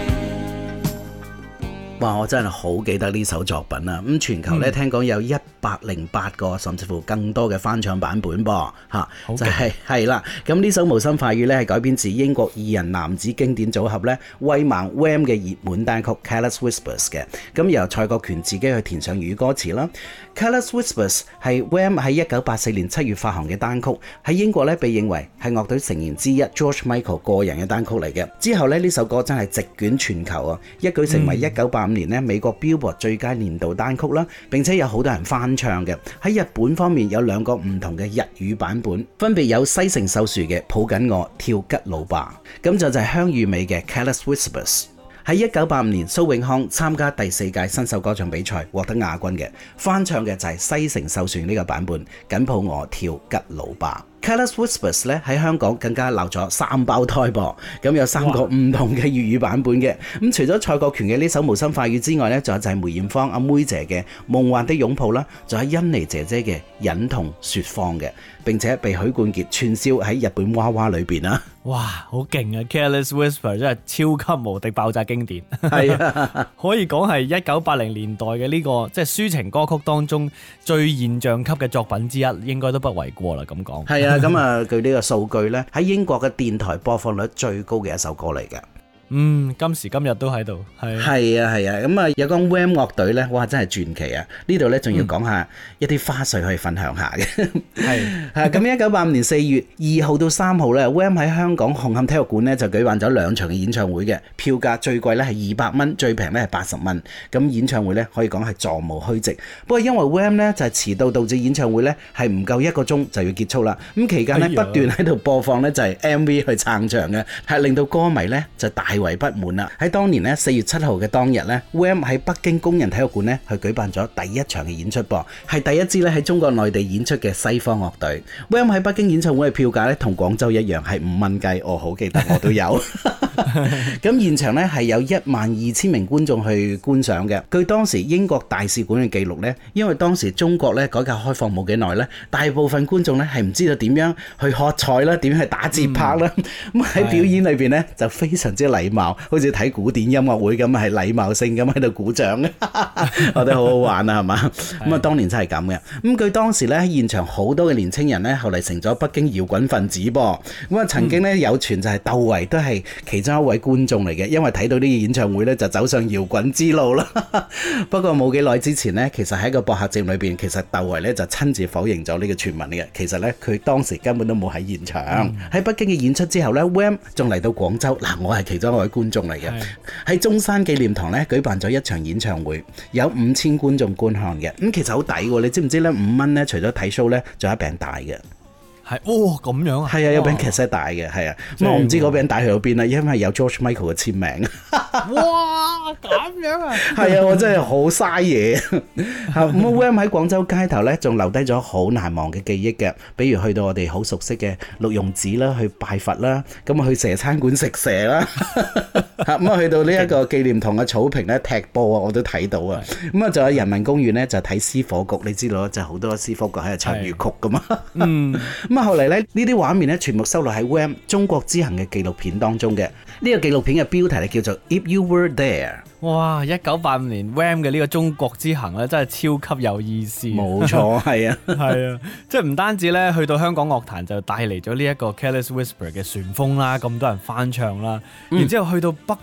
哇！我真係好記得呢首作品啊！咁全球咧聽講有一百零八個甚至乎更多嘅翻唱版本噃嚇，就係係啦。咁呢首無心快語咧係改編自英國二人男子經典組合咧威猛 Wham 嘅熱門單曲 Careless Whispers 嘅，咁由蔡國權自己去填上粵語歌詞啦。Careless Whispers 係 Wham 喺一九八四年七月發行嘅單曲，喺英國咧被認為係樂隊成員之一 George Michael 個人嘅單曲嚟嘅。之後咧呢首歌真係席捲全球啊，一舉成為一九八五年咧美國 Billboard 最佳年度單曲啦，並且有好多人翻唱嘅。喺日本方面有兩個唔同嘅日語版本，分別有西城秀樹嘅抱緊我跳吉老爸，咁就就係香玉美嘅 Careless Whispers。喺一九八五年，蘇永康參加第四屆新秀歌唱比賽，獲得亞軍嘅，翻唱嘅就係西城秀樹呢個版本，緊抱我跳吉老爸。Careless Whispers 咧喺香港更加鬧咗三胞胎噃，咁有三個唔同嘅粵語版本嘅。咁除咗蔡國權嘅呢首無心快語之外呢，仲有就係梅艷芳阿妹姐嘅夢幻的擁抱啦，仲有甄妮姐姐嘅忍痛說謊嘅，並且被許冠傑串燒喺日本娃娃裏邊啊！ 哇，好勁啊 ！Careless Whisper 真係超級無敵爆炸經典， 係啊， 可以講係一九八零年代嘅呢個即係抒情歌曲當中最現象級嘅作品之一，應該都不為過啦。咁講係啊，咁啊，據呢個數據呢，喺英國嘅電台播放率最高嘅一首歌嚟嘅。 嗯，今時今日都喺度，係係啊係啊，咁啊有講 Wham 樂隊咧，哇真係傳奇啊！呢度咧仲要講下一啲花絮可以分享下嘅。係係咁，一九八五年四月二號到三號咧 ，Wham 喺香港紅磡體育館咧就舉辦咗兩場嘅演唱會嘅，票價最貴咧係二百蚊，最平咧係八十蚊。咁演唱會咧可以講係座無虛席。不過因為 Wham 咧就係遲到，導致演唱會咧係唔夠一個鐘就要結束啦。咁期間咧不斷喺度播放咧就係 M V 去撐場嘅，係令到歌迷咧就大為不滿啦！喺當年咧四月七號嘅當日咧 Wham 喺北京工人體育館咧去舉辦咗第一場嘅演出噃，係第一支咧喺中國內地演出嘅西方樂隊。Wham 喺北京演唱會嘅票價咧同廣州一樣係五蚊雞，我好記得我都有。咁現場咧係有一萬二千名觀眾去觀賞嘅。據當時英國大使館嘅記錄咧，因為當時中國咧改革開放冇幾耐咧，大部分觀眾咧係唔知道點樣去喝彩啦，點樣去打節拍啦。咁喺、嗯、表演裏邊咧就非常之禮貌，好似睇古典音樂會咁，係禮貌性咁喺度鼓掌嘅，我覺得好好玩啊，係嘛？咁啊，當年真係咁嘅。咁據當時咧喺現場好多嘅年青人咧，後嚟成咗北京搖滾分子噃。咁啊，曾經咧有傳就係竇唯都係其中一位觀眾嚟嘅，因為睇到呢個演唱會咧就走上搖滾之路啦。不過冇幾耐之前咧，其實喺個播客節目裏邊，其實竇唯咧就親自否認咗呢個傳聞嘅。其實咧佢當時根本都冇喺現場。喺、嗯、北京嘅演出之後咧 Wham 仲嚟到廣州，嗱我係其中一位觀眾嚟嘅，喺中山紀念堂咧舉辦咗一場演唱會，有五千觀眾觀看嘅。咁其實好抵喎，你知唔知咧？五蚊咧，除咗睇 show 咧，仲有一餅帶嘅。係哦，咁樣啊？ 係啊，有餅劇 set 帶嘅，係啊。咁我唔知嗰餅帶去到邊啦，因為有 George Michael 嘅簽名。 哇，咁樣啊？ 係啊，我真係好嘥嘢。咁 Wham 喺廣州街頭咧，仲留低咗好難忘嘅記憶嘅，比如去到我哋好熟悉嘅六榕寺啦，去拜佛啦，咁啊去蛇餐館食蛇啦。咁啊去到呢一個紀念堂嘅草坪咧踢波啊，我都睇到啊。咁啊仲有人民公園咧就睇獅火局，你知道就好多獅火局喺度唱粵曲噶嘛。嗯。咁啊後嚟咧呢啲畫面咧全部收錄喺 Wham 中國之行嘅紀錄片當中嘅。呢個紀錄片嘅標題咧叫做 If You Were There。 哇！一九八五年 Wham 嘅呢個中國之行咧，真係超級有意思。 冇錯，係啊， 係啊，即係唔單止咧，去到香港樂壇就帶嚟咗呢一個 Careless Whisper 嘅旋風啦，咁多人翻唱啦，嗯、然之後去到北京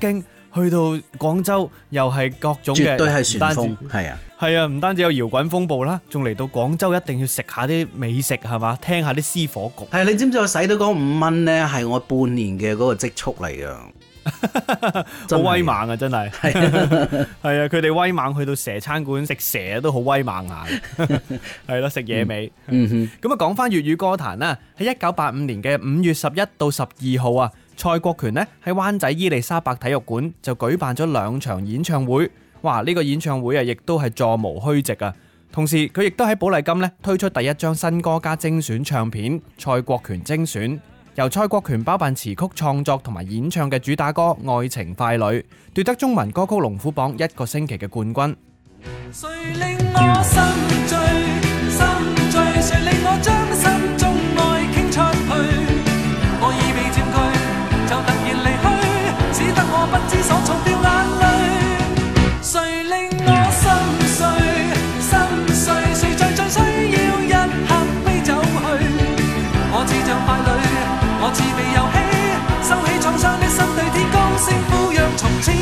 去到廣州又係各種嘅， 絕對係旋風，係啊， 係啊，唔單止有搖滾風暴啦，仲嚟到廣州一定要食下啲美食係嘛，聽下啲私火局。 係，你知唔知我使到嗰五蚊呢？係我半年嘅嗰個積蓄嚟噶。 好威猛啊！真係係啊，佢哋威猛，去到蛇餐館食蛇都好威猛下，係咯，食野味。咁啊，講翻粵語歌壇啦，喺一九八五年嘅五月十一到十二號啊，蔡國權呢喺灣仔伊利沙伯體育館就舉辦咗兩場演唱會。哇！呢個演唱會啊，亦都係座無虛席啊。同時佢亦都喺寶麗金呢推出第一張新歌加精選唱片《蔡國權精選》。由蔡國權包辦詞曲創作同埋演唱嘅主打歌《愛情傀儡》，奪得中文歌曲龍虎榜一個星期嘅冠軍。 誰令我心醉，心醉，誰令我將心中愛傾出去？我已被佔據，就突然離去，使得我不知所措，掉眼淚。誰令我心碎，心碎，誰在最需要一刻飛走去？我似像傀儡。我似被遊戲，收起創傷的心，對天高聲呼揚，從此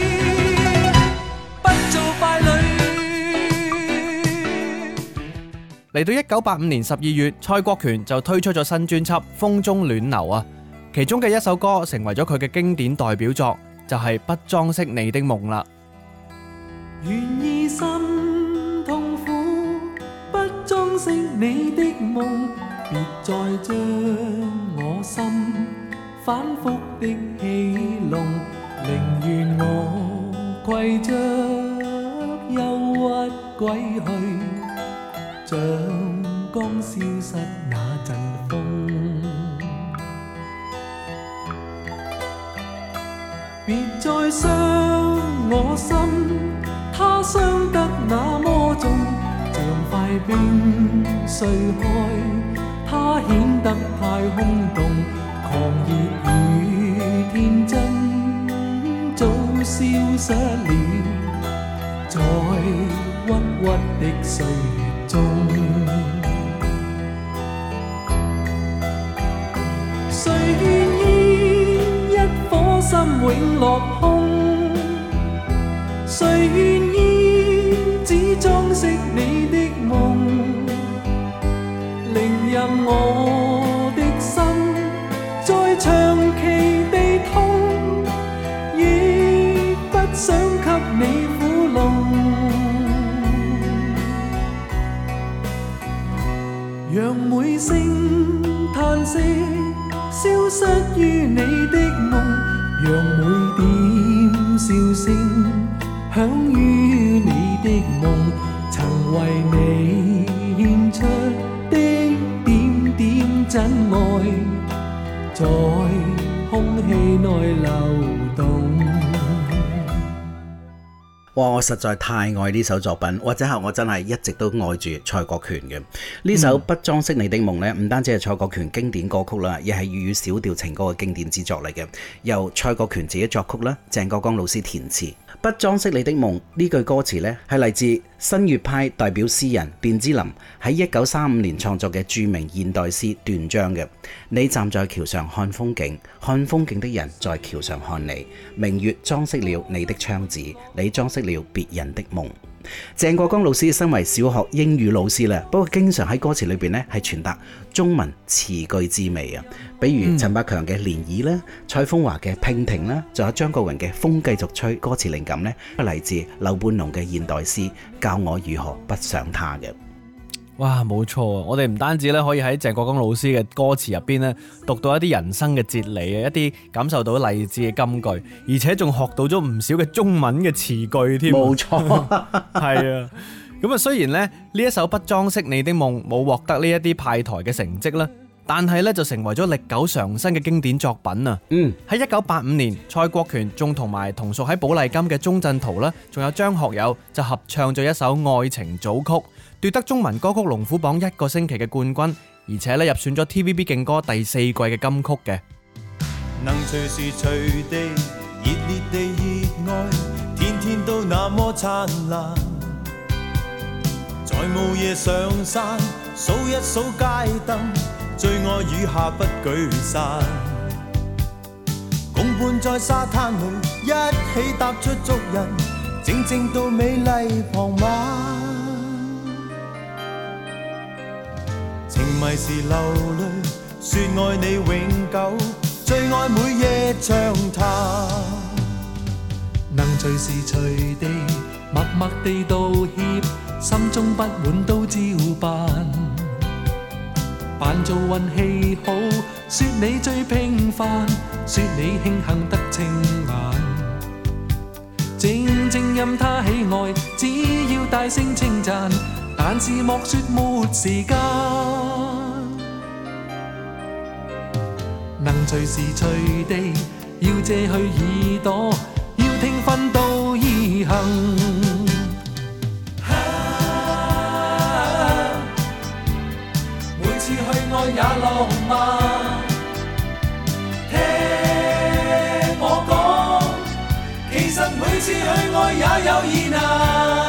不做傀儡。 嚟到一九八五年十二月，蔡國權就推出咗新專輯《風中暖流》啊，其中嘅一首歌成為咗佢嘅經典代表作，就係、是《不裝飾你的夢》啦。 願意心痛苦，不裝飾你的夢，別再將我心反覆的戲弄，寧願我攜着憂鬱歸去，像剛消失那陣風。別再傷我心，它傷得那麼重，像塊冰碎開，它顯得太空洞，狂熱與天真早消失了，在鬱鬱的歲月中。誰願意一顆心永落空？誰願意只裝飾你的夢？令任我的心再長期地痛，亦不想給你苦弄。讓每聲嘆息消失於你的夢，讓每點笑聲響於你的夢，曾為你獻出的點點真愛，在空氣內流動。 哇！我實在太愛呢首作品，或者係我真係一直都愛住蔡國權嘅呢首《不裝飾你的夢》呢，唔單止係蔡國權經典歌曲啦，亦係粵語小調情歌嘅經典之作嚟嘅，由蔡國權自己作曲啦，鄭國江老師填詞。不裝飾你的夢呢句歌詞呢，係嚟自新粵派代表詩人卞之琳喺一九三五年創作嘅著名現代詩斷章嘅。你站在橋上看風景，看風景的人在橋上看你，明月裝飾了你的窗子，你裝飾了別人的夢。鄭國江老師身為小學英語老師啦，不過經常喺歌詞裏邊咧係傳達中文詞句之味啊，比如陳百強嘅漣漪啦、蔡楓華嘅娉婷啦，仲有張國榮嘅風繼續吹，歌詞靈感咧係嚟自劉半農嘅現代詩教我如何不想他嘅。 哇，冇錯啊！我哋唔單止咧可以喺鄭國江老師嘅歌詞入邊咧讀到一啲人生嘅哲理啊，一啲感受到勵志嘅金句，而且仲學到咗唔少嘅中文嘅詞句添。冇錯，係啊。咁啊，雖然咧呢一首《不裝飾你的夢》冇獲得呢一啲派台嘅成績啦，但係咧就成為咗歷久常新嘅經典作品啊！嗯，喺一九八五年，蔡國權仲同埋同屬喺寶麗金嘅鐘鎮濤啦，仲有張學友就合唱咗一首《愛情組曲》，奪得中文歌曲龍虎榜一個星期嘅冠軍，而且咧入選咗 T V B 勁歌第四季嘅金曲嘅。 能隨時隨地熱烈地熱愛，天天都那麼燦爛，在午夜上山數一數街燈，最愛雨下不舉傘， 共伴在沙灘裏，一起踏出足印，靜靜到美麗傍晚。情迷時流淚，說愛你永久，最愛每夜長談。 能隨時隨地默默地道歉，心中不滿都照辦，扮做運氣好，說你最平凡，說你慶幸得清晚，靜靜任他喜愛，只要大聲稱讚，但是莫說沒時間。能隨時隨地要借去耳朵，要聽分到意行。 每次去愛也浪漫，聽我講，其實每次去愛也有意難。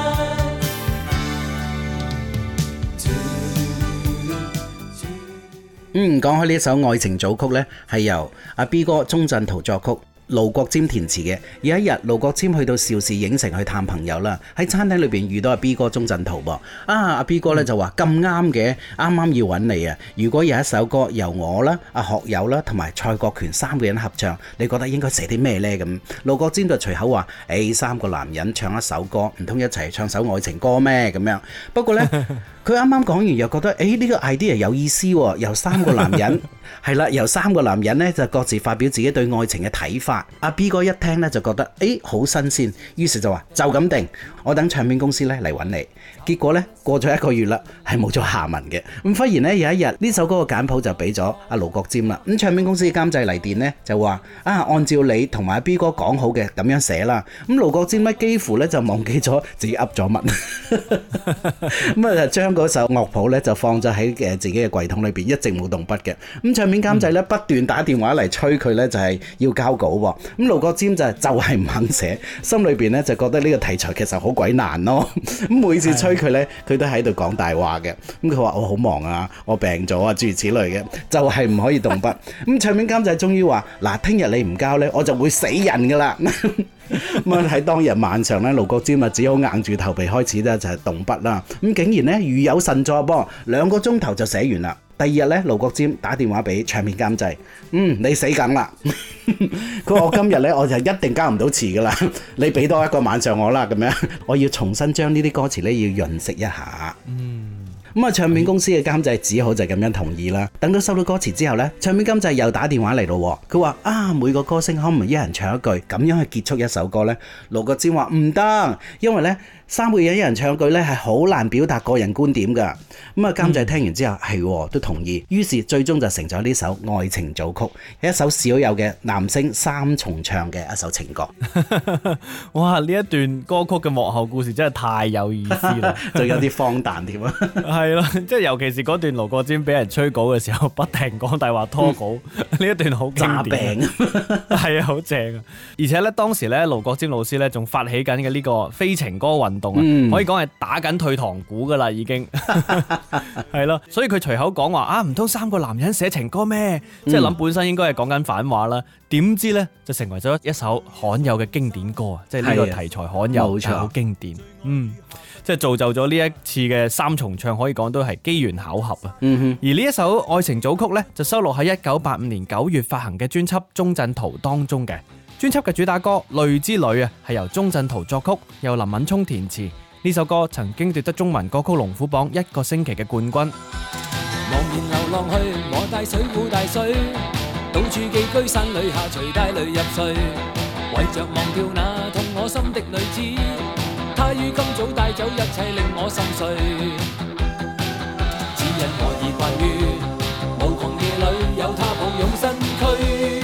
嗯，講開呢首愛情組曲呢，係由阿 B 哥鍾鎮濤作曲，盧國沾填詞嘅。有一日，盧國沾去到邵氏影城去探朋友啦，喺餐廳裏邊遇到阿 B 哥鍾鎮濤噃。啊，阿 B 哥咧就話咁啱嘅，啱啱要揾你啊！如果有一首歌由我啦、阿學友啦同埋蔡國權三個人合唱，你覺得應該寫啲咩呢？咁盧國沾就隨口話：誒、欸，三個男人唱一首歌，唔通一齊唱首愛情歌咩？咁樣。不過呢。佢啱啱講完又覺得，誒呢個 idea 有意思喎，由三個男人係啦，由三個男人呢就各自發表自己對愛情嘅睇法。阿 B 哥一聽呢就覺得，誒好新鮮，於是就話就咁定，我等唱片公司呢嚟揾你。結果呢，過咗一個月啦，係冇咗下文嘅。咁忽然呢，有一日呢首歌嘅簡譜就俾咗阿盧國沾啦。咁唱片公司嘅監製嚟電呢，就話啊，按照你同埋阿 B 哥講好嘅咁樣寫啦。咁盧國沾呢幾乎呢就忘記咗自己噏咗乜，咁啊就將嗰首樂譜咧就放咗喺誒自己嘅櫃桶裏邊，一直冇動筆嘅。咁唱片監製咧不斷打電話嚟催佢咧，就係要交稿喎。咁盧國沾就就係唔肯寫，心裏邊咧就覺得呢個題材其實好鬼難咯。咁每次催佢咧，佢都喺度講大話嘅。咁佢話我好忙啊，我病咗啊，諸如此類嘅，就係唔可以動筆。咁唱片監製終於話：嗱，聽日你唔交咧，我就會死人噶啦。咁啊喺當日晚上咧，盧國沾啊只好硬住頭皮開始咧就係動筆啦。咁竟然咧如有神助噃，兩個鐘頭就寫完啦。第二日咧，盧國沾打電話俾唱片監製，嗯，你死梗啦！佢話我今日咧我就一定交唔到詞噶啦，你俾多一個晚上我啦，咁樣我要重新將呢啲歌詞咧要潤色一下。嗯。咁啊，唱片公司嘅監製只好就咁樣同意啦。等到收到歌詞之後呢，唱片監製又打電話嚟咯。佢話啊，每個歌星可唔可以一人唱一句，咁樣去結束一首歌呢？盧國沾話唔得，因為呢三個人一人唱句呢係好難表達個人觀點噶。咁啊，監製聽完之後係、嗯、都同意，於是最終就成咗呢首愛情組曲，係一首少有嘅男聲三重唱嘅一首情歌。 哇！呢一段歌曲嘅幕後故事真係太有意思啦， 仲有啲荒誕添啊！ 係咯，即係尤其是嗰段盧國沾俾人催稿嘅時候，不停講大話拖稿，呢、嗯、一段好經典，係啊，好正啊！而且咧，當時咧，盧國沾老師咧仲發起緊嘅呢個非情歌運動啊，嗯、可以講係打緊退堂鼓噶啦，已經係咯。所以佢隨口講話啊，唔通三個男人寫情歌咩？嗯、即係諗本身應該係講緊反話啦，點知咧就成為咗一首罕有嘅經典歌啊！即係呢個題材罕有，係好經典，嗯。即係造就咗呢一次嘅三重唱，可以講都係機緣巧合啊！嗯哼，而呢一首愛情組曲呢，就收錄喺一九八五年九月發行嘅專輯《鍾鎮濤》當中嘅。專輯嘅主打歌《淚之旅》啊，係由鍾鎮濤作曲，由林敏聰填詞。呢首歌曾經奪得中文歌曲龍虎榜一個星期嘅冠軍。 茫然流浪去，我帶水壺帶水，到處寄居山裏下隨帶淚入睡，為着忘掉那痛我心的女子。他於今早帶走一切令我心碎，只因我已慣於無窮夜裏有他抱擁身軀，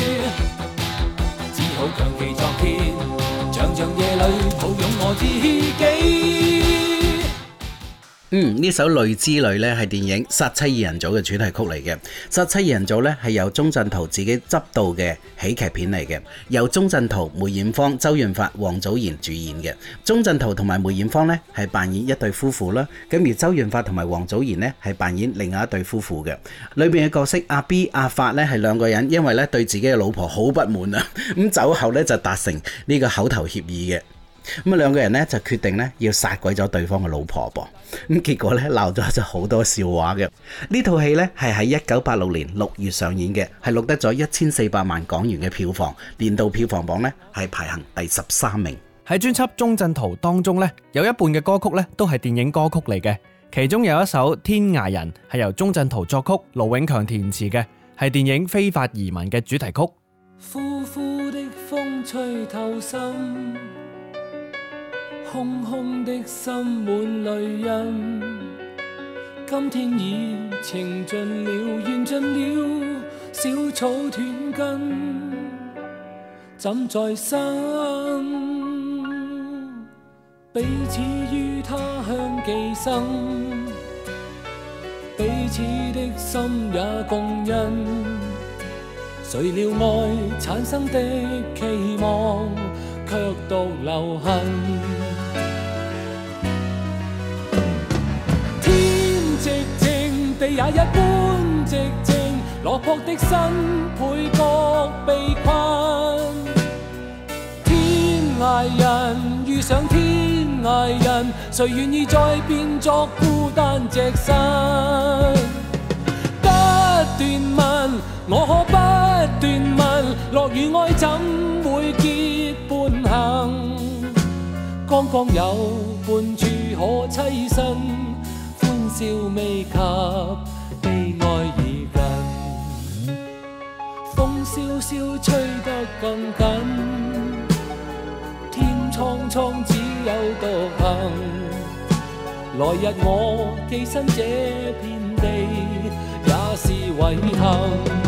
只好強其昨天，長長夜裏抱擁我知己。 嗯，呢首《淚之淚》咧係電影《殺妻二人組》嘅主題曲嚟嘅。《殺妻二人組》咧係由鍾鎮濤自己執導嘅喜劇片嚟嘅，由鍾鎮濤、梅艷芳、周潤發、王祖賢主演嘅。鍾鎮濤同埋梅艷芳咧係扮演一對夫婦啦，咁而周潤發同埋王祖賢咧係扮演另外一對夫婦嘅。裏邊嘅角色阿 B、阿發咧係兩個人，因為咧對自己嘅老婆好不滿啊，咁酒後咧就達成呢個口頭協議嘅。咁啊，兩個人咧就決定咧要殺鬼咗對方嘅老婆噃，咁結果咧鬧咗就好多笑話嘅。呢套戲咧係喺一九八六年六月上演嘅，係錄得咗一千四百萬港元嘅票房，年度票房榜咧係排行第十三名。 喺專輯《鍾鎮濤》當中咧，有一半嘅歌曲咧都係電影歌曲嚟嘅，其中有一首《天涯人》係由鍾鎮濤作曲，盧永強填詞嘅，係電影《非法移民》嘅主題曲。 呼呼的風吹透心，空空的心滿淚印，今天已情盡了，緣盡了，小草斷根，怎再生？彼此於他鄉寄生，彼此的心也共印，誰料愛產生的期望，卻獨留痕。地也一般寂靜，落魄的身倍覺被困。天涯人遇上天涯人，誰願意再變作孤單隻身？不斷問，我可不斷問，落雨愛怎會結伴行？剛剛有伴處可棲身。笑未及悲哀已近，風蕭蕭吹得更緊，天蒼蒼只有獨行，來日我寄身這片地，也是遺憾。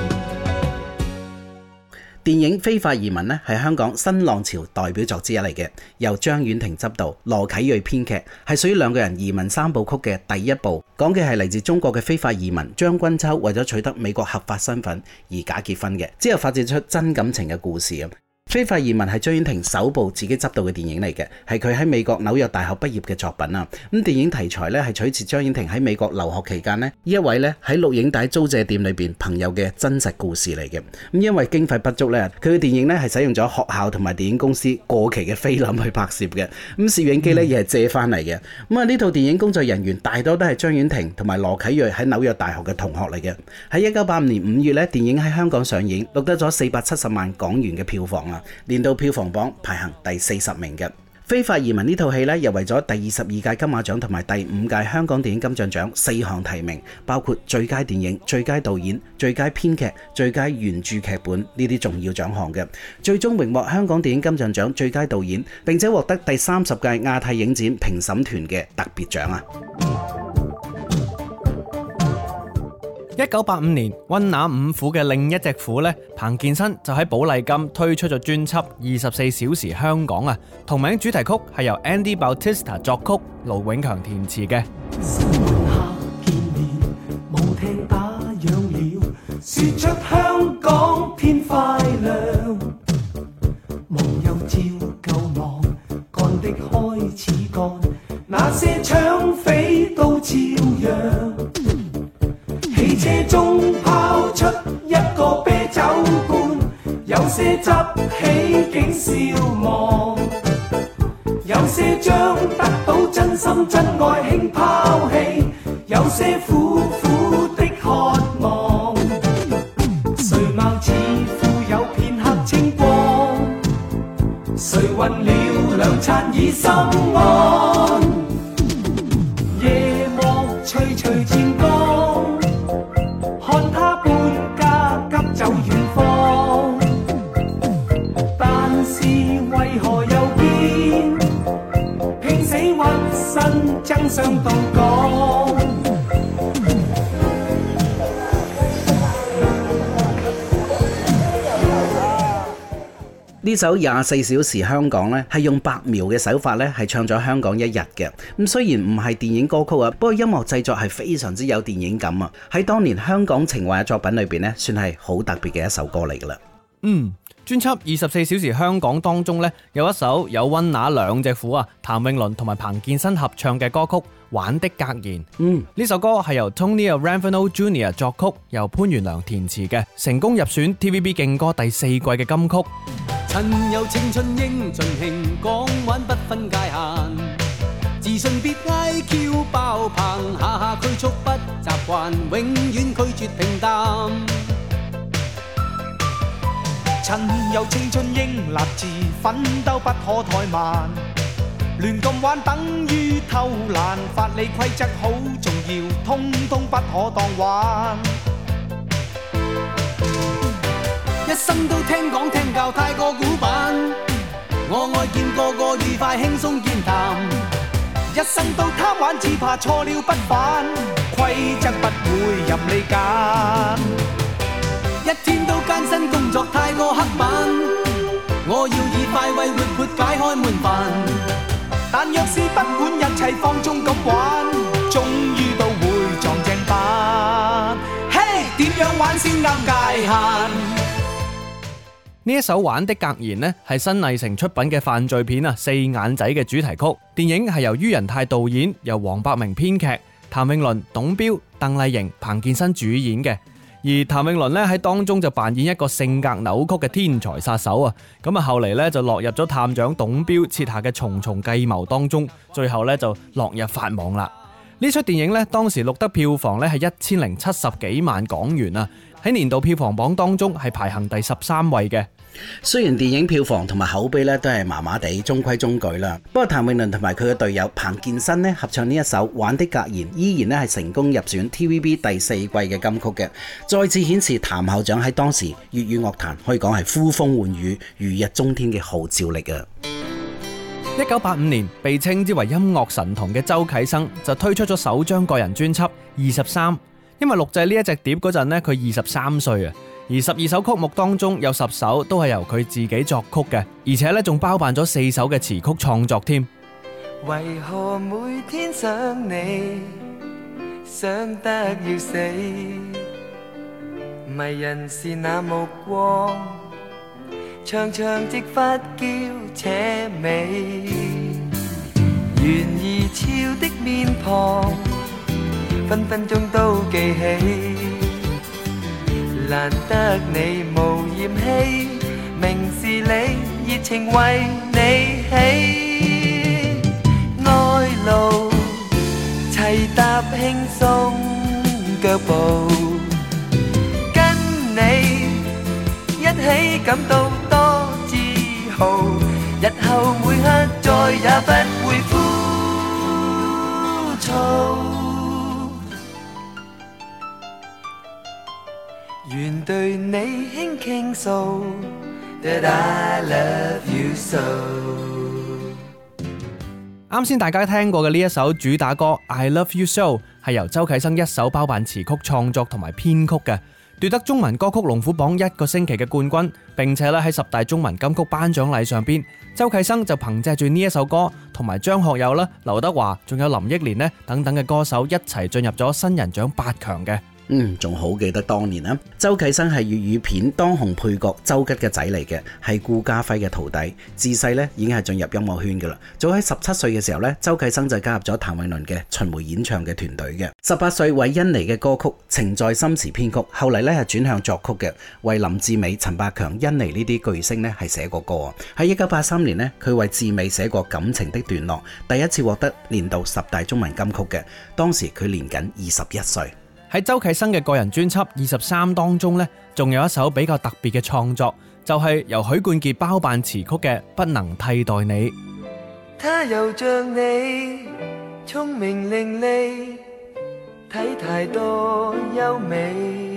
電影《非法移民》咧係香港新浪潮代表作之一嚟嘅，由張婉婷執導，羅啟銳編劇，係屬於兩個人移民三部曲嘅第一部，講嘅係嚟自中國嘅非法移民張君秋為咗取得美國合法身份而假結婚嘅，之後發展出真感情嘅故事啊。非法移民係張婉婷首部自己執導嘅電影嚟嘅，係佢喺美國紐約大學畢業嘅作品啊。咁電影題材咧係取自張婉婷喺美國留學期間呢，呢一位咧喺錄影帶租借店裏邊朋友嘅真實故事嚟嘅。咁因為經費不足咧，佢嘅電影咧係使用咗學校同埋電影公司過期嘅菲林去拍攝嘅。咁攝影機咧亦係借翻嚟嘅。咁啊呢套電影工作人員大多都係張婉婷同埋羅啟銳喺紐約大學嘅同學嚟嘅。喺一九八五年五月咧，電影喺香港上映，錄得咗四百七十萬港元嘅票房啊！年度票房榜排行第四十名嘅。非法移民呢套戲咧，入圍咗第二十二屆金馬獎同埋第五屆香港電影金像獎四項提名，包括最佳電影、最佳導演、最佳編劇、最佳原著劇本呢啲重要獎項嘅。最終榮獲香港電影金像獎最佳導演，並且獲得第三十屆亞太影展評審團嘅特別獎啊！ 一九八五年，溫拿五虎嘅另一隻虎咧，彭健新就喺寶麗金推出咗專輯《二十四小時香港》啊，同名主題曲係由 Andy Bautista 作曲，盧永強填詞嘅。 新晚黑見面，舞廳打烊了，說出香港天快亮，網友照舊忙，幹的開始幹，那些搶匪都照樣。汽車中拋出一個啤酒罐，有些執起竟笑望，有些將得到真心真愛輕拋棄，有些苦苦的渴望。誰貌似富有片刻清光，誰混了兩餐已心安。夜幕徐徐漸光，看他搬家急走遠方，但是為何又見拼死屈身爭相到講？ 呢首廿四小時香港呢，係用白描嘅手法呢，係唱咗香港一日嘅。咁雖然唔係電影歌曲啊，不過音樂製作係非常之有電影感啊。喺當年香港情懷嘅作品裏邊呢，算係好特別嘅一首歌嚟噶啦。 嗯，專輯二十四小時香港當中呢，有一首有溫拿兩隻虎啊，譚詠麟同埋彭健新合唱嘅歌曲《玩的格言》。嗯，呢首歌係由 Tony Ramfano Junior 作曲，由潘源良填詞嘅，成功入選 T V B 勁歌第四季嘅金曲。 趁有青春英盡興，講玩不分界限，自信別嗌叫爆棚，下下拘束不習慣，永遠拒絕平淡。 趁有青春應立志，奮鬥不可怠慢，亂咁玩等於偷懶，法理規則好重要，通通不可當玩。 一生都聽講聽教太過古板，我愛見個個愉快輕鬆健談， 一生都貪玩只怕錯了不返，規則不會任你揀。 一天都艱辛工作太過刻板，我要以快慰活潑解開悶煩， 但若是不管一切放縱咁玩，終於都會撞正板。嘿，點樣玩先啱界限？ 呢一首《玩的格言》呢，係新藝城出品嘅犯罪片啊《四眼仔》嘅主題曲。電影係由于仁泰導演，由黃百鳴編劇，譚詠麟、董驃、鄧麗瑩、彭健新主演嘅。而譚詠麟咧喺當中就扮演一個性格扭曲嘅天才殺手啊，咁啊後嚟咧就落入咗探長董驃設下嘅重重計謀當中，最後咧就落入法網啦。呢出電影咧當時錄得票房咧係一千零七十幾萬港元啊，喺年度票房榜當中係排行第十三位嘅。 雖然電影票房同埋口碑咧都係麻麻地，中規中矩啦。不過譚詠麟同埋佢嘅隊友彭健新咧合唱呢一首《玩的格言》，依然咧係成功入選 T V B 第四季嘅金曲嘅，再次顯示譚校長喺當時粵語樂壇可以講係呼風喚雨、如日中天嘅號召力啊！ 一九八五年，被稱之為音樂神童嘅周啟生就推出咗首張個人專輯《二十三》，因為錄製呢一隻碟嗰陣咧，佢二十三歲啊。而十二首曲目當中有十首都係由佢自己作曲嘅，而且咧仲包辦咗四首嘅詞曲創作添。 為何每天想你，想得要死，迷人是那目光，長長直髮嬌且美，懸而俏的面龐，分分鐘都記起。難得你無嫌棄，明是你熱情為你起，愛路齊踏輕鬆腳步，跟你一起感到多自豪，日後每刻再也不會枯燥。願對你輕傾訴 That I love you so。 啱先大家聽過嘅呢一首主打歌 I Love You So 係由周啟生一手包辦詞曲創作同埋編曲嘅，奪得中文歌曲龍虎榜一個星期嘅冠軍，並且咧喺十大中文金曲頒獎禮上邊，周啟生就憑借住呢一首歌同埋張學友啦、劉德華仲有林憶蓮咧等等嘅歌手一齊進入咗新人獎八強嘅。 嗯，仲好記得當年啊，周啟生係粵語片當紅配角周吉嘅仔嚟嘅，係顧嘉輝嘅徒弟，自細咧已經係進入音樂圈噶啦。早喺十七歲嘅時候咧，周啟生就加入咗譚詠麟嘅巡迴演唱嘅團隊嘅。十八歲為甄妮嘅歌曲《情在心時》編曲，後嚟咧係轉向作曲嘅，為林志美、陳百強、甄妮呢啲巨星咧係寫過歌啊。喺一九八三年咧，佢為志美寫過《感情的段落》，第一次獲得年度十大中文金曲嘅，當時佢年僅二十一歲。 喺周啟生嘅個人專輯《二十三》當中呢，仲有一首比較特別嘅創作，就係、是、由許冠傑包辦詞曲嘅《不能替代你》。 他又像你，聰明伶俐，體態多優美，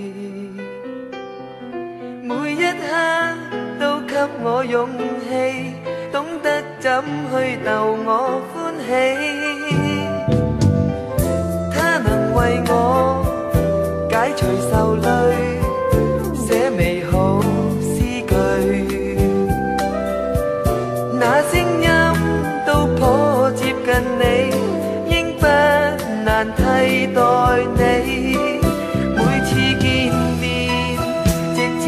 每一刻都給我勇氣，懂得怎去逗我歡喜。他能為我解除愁慮，寫美好詩句，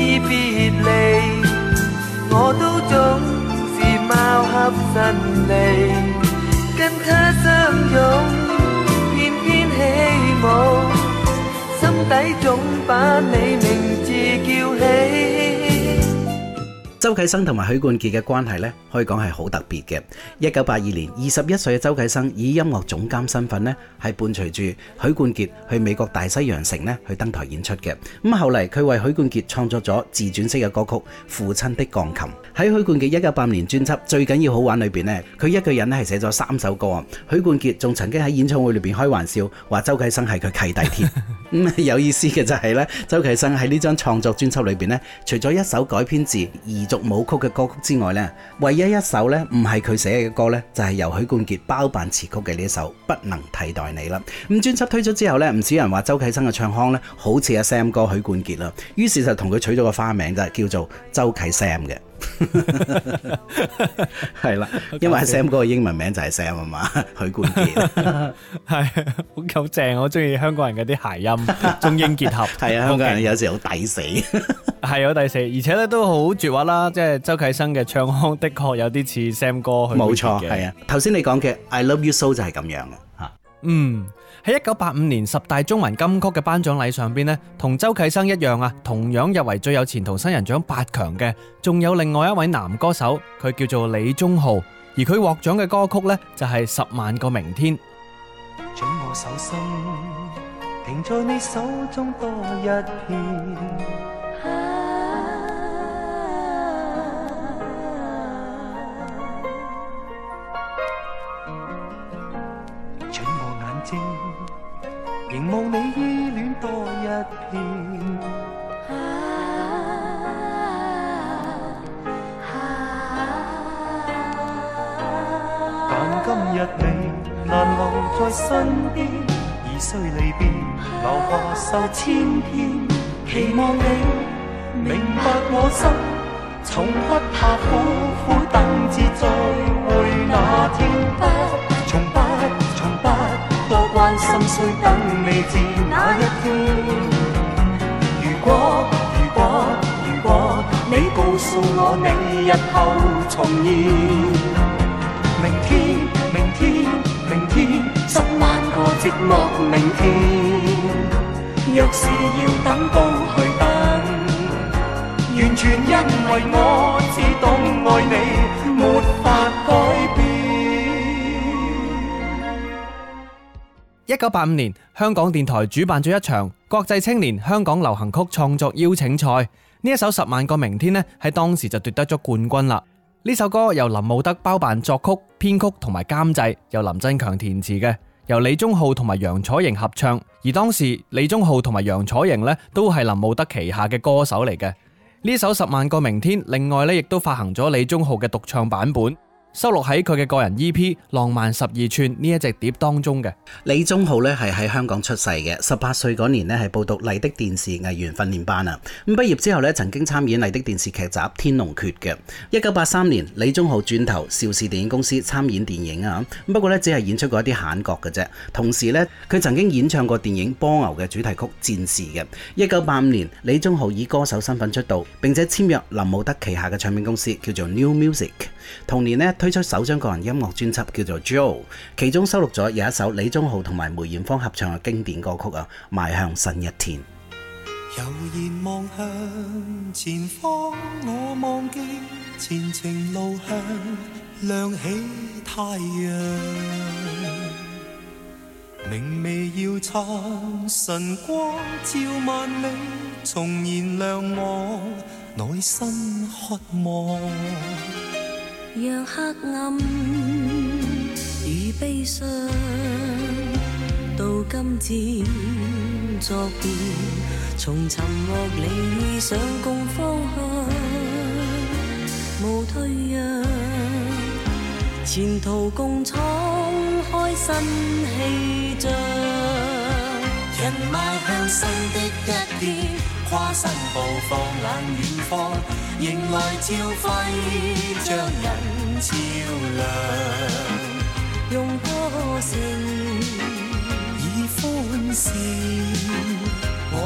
別離，我都總是貌合神離，跟他相擁，翩翩起舞，心底總把你名字叫起。 周啟生同埋許冠傑嘅關係咧，可以講係好特別嘅。一九八二年，二十一歲嘅周啟生以音樂總監身份咧，係伴隨住許冠傑去美國大西洋城咧去登台演出嘅。咁後嚟佢為許冠傑創作咗自傳式嘅歌曲《父親的鋼琴》。喺許冠傑一九八五年專輯《最緊要好玩》裏邊咧，佢一個人咧係寫咗三首歌啊。許冠傑仲曾經喺演唱會裏邊開玩笑，話周啟生係佢契弟添。咁有意思嘅就係咧，周啟生喺呢張創作專輯裏邊咧，除咗一首改編自彝族舞曲嘅歌曲之外咧，唯一一首咧唔係佢寫嘅歌咧，就係由許冠傑包辦詞曲嘅呢一首《不能替代你》啦。咁專輯推出之後咧，唔少人話周啟生嘅唱腔咧好似阿 Sam 哥許冠傑啦，於是就同佢取咗個花名就係叫做周啟 Sam 嘅。係啦，因為 Sam 哥嘅英文名就係 Sam 啊嘛，許冠傑係好夠正，我中意香港人嗰啲諧音，中英結合。 係啊，香港人有時好抵死， 係好抵死，而且咧都好絕畫啦。即係周啟生嘅唱腔的確有啲似 Sam 哥許冠傑嘅。冇錯，係啊。頭先你講嘅 I Love You So 就係咁樣嘅吓。嗯。喺一九八五年十大中文金曲嘅頒獎禮上邊呢，同周啟生一樣啊，同樣入圍最有前途新人獎八強嘅，仲有另外一位男歌手，佢叫做李宗浩，而佢獲獎嘅歌曲呢，就係《十萬個明天》。 准我手心停在你手中多一片，准我眼睛凝望你依戀多一片，但今日你難留在身邊，已須離別，留下受千遍。期望你明白我心，從不怕苦苦等至再會那天，不從不從不多關心，需等你至那一天。如果如果如果你告訴我你日後重現，明天明天明天十萬個寂寞明天，若是要等都去等，完全因為我只懂愛你，沒法改變。 一九八五年，香港電台主辦咗一場國際青年香港流行曲創作邀請賽，呢一首《十萬個明天》呢，喺當時就奪得咗冠軍啦。呢首歌由林慕德包辦作曲、編曲同埋監製，由林振強填詞嘅，由李宗浩同埋楊楚瑩合唱。而當時李宗浩同埋楊楚瑩呢，都係林慕德旗下嘅歌手嚟嘅。呢首《十萬個明天》另外呢，亦都發行咗李宗浩嘅獨唱版本，收錄喺佢嘅個人 E P《浪漫十二寸》呢一隻碟當中嘅。李宗浩咧係喺香港出世嘅，十八歲嗰年咧係報讀麗的電視藝員訓練班啊。咁畢業之後咧，曾經參演麗的電視劇集《天龍訣》嘅。一九八三年，李宗浩轉投邵氏電影公司參演電影啊。不過咧，只係演出過一啲閒角嘅啫。同時咧，佢曾經演唱過電影《波牛》嘅主題曲《戰士》嘅。一九八五年，李宗浩以歌手身份出道，並且簽約林慕德旗下嘅唱片公司叫做 New Music。同年咧，推出首張個人音樂專輯叫做 Joe， 其中收錄咗有一首李宗浩同埋梅艷芳合唱嘅經典歌曲啊，邁向新一天。 悠然望向前方，我忘記前程路向，亮起太陽，明媚耀燦晨光，照萬里重燃亮我內心渴望。 讓黑暗與悲傷到今漸作變，從沉默理想共方向，無退讓，前途共闖開新氣象。人邁向新的一天，跨新步放眼遠方，迎來朝輝將人照亮，用歌聲以歡笑，我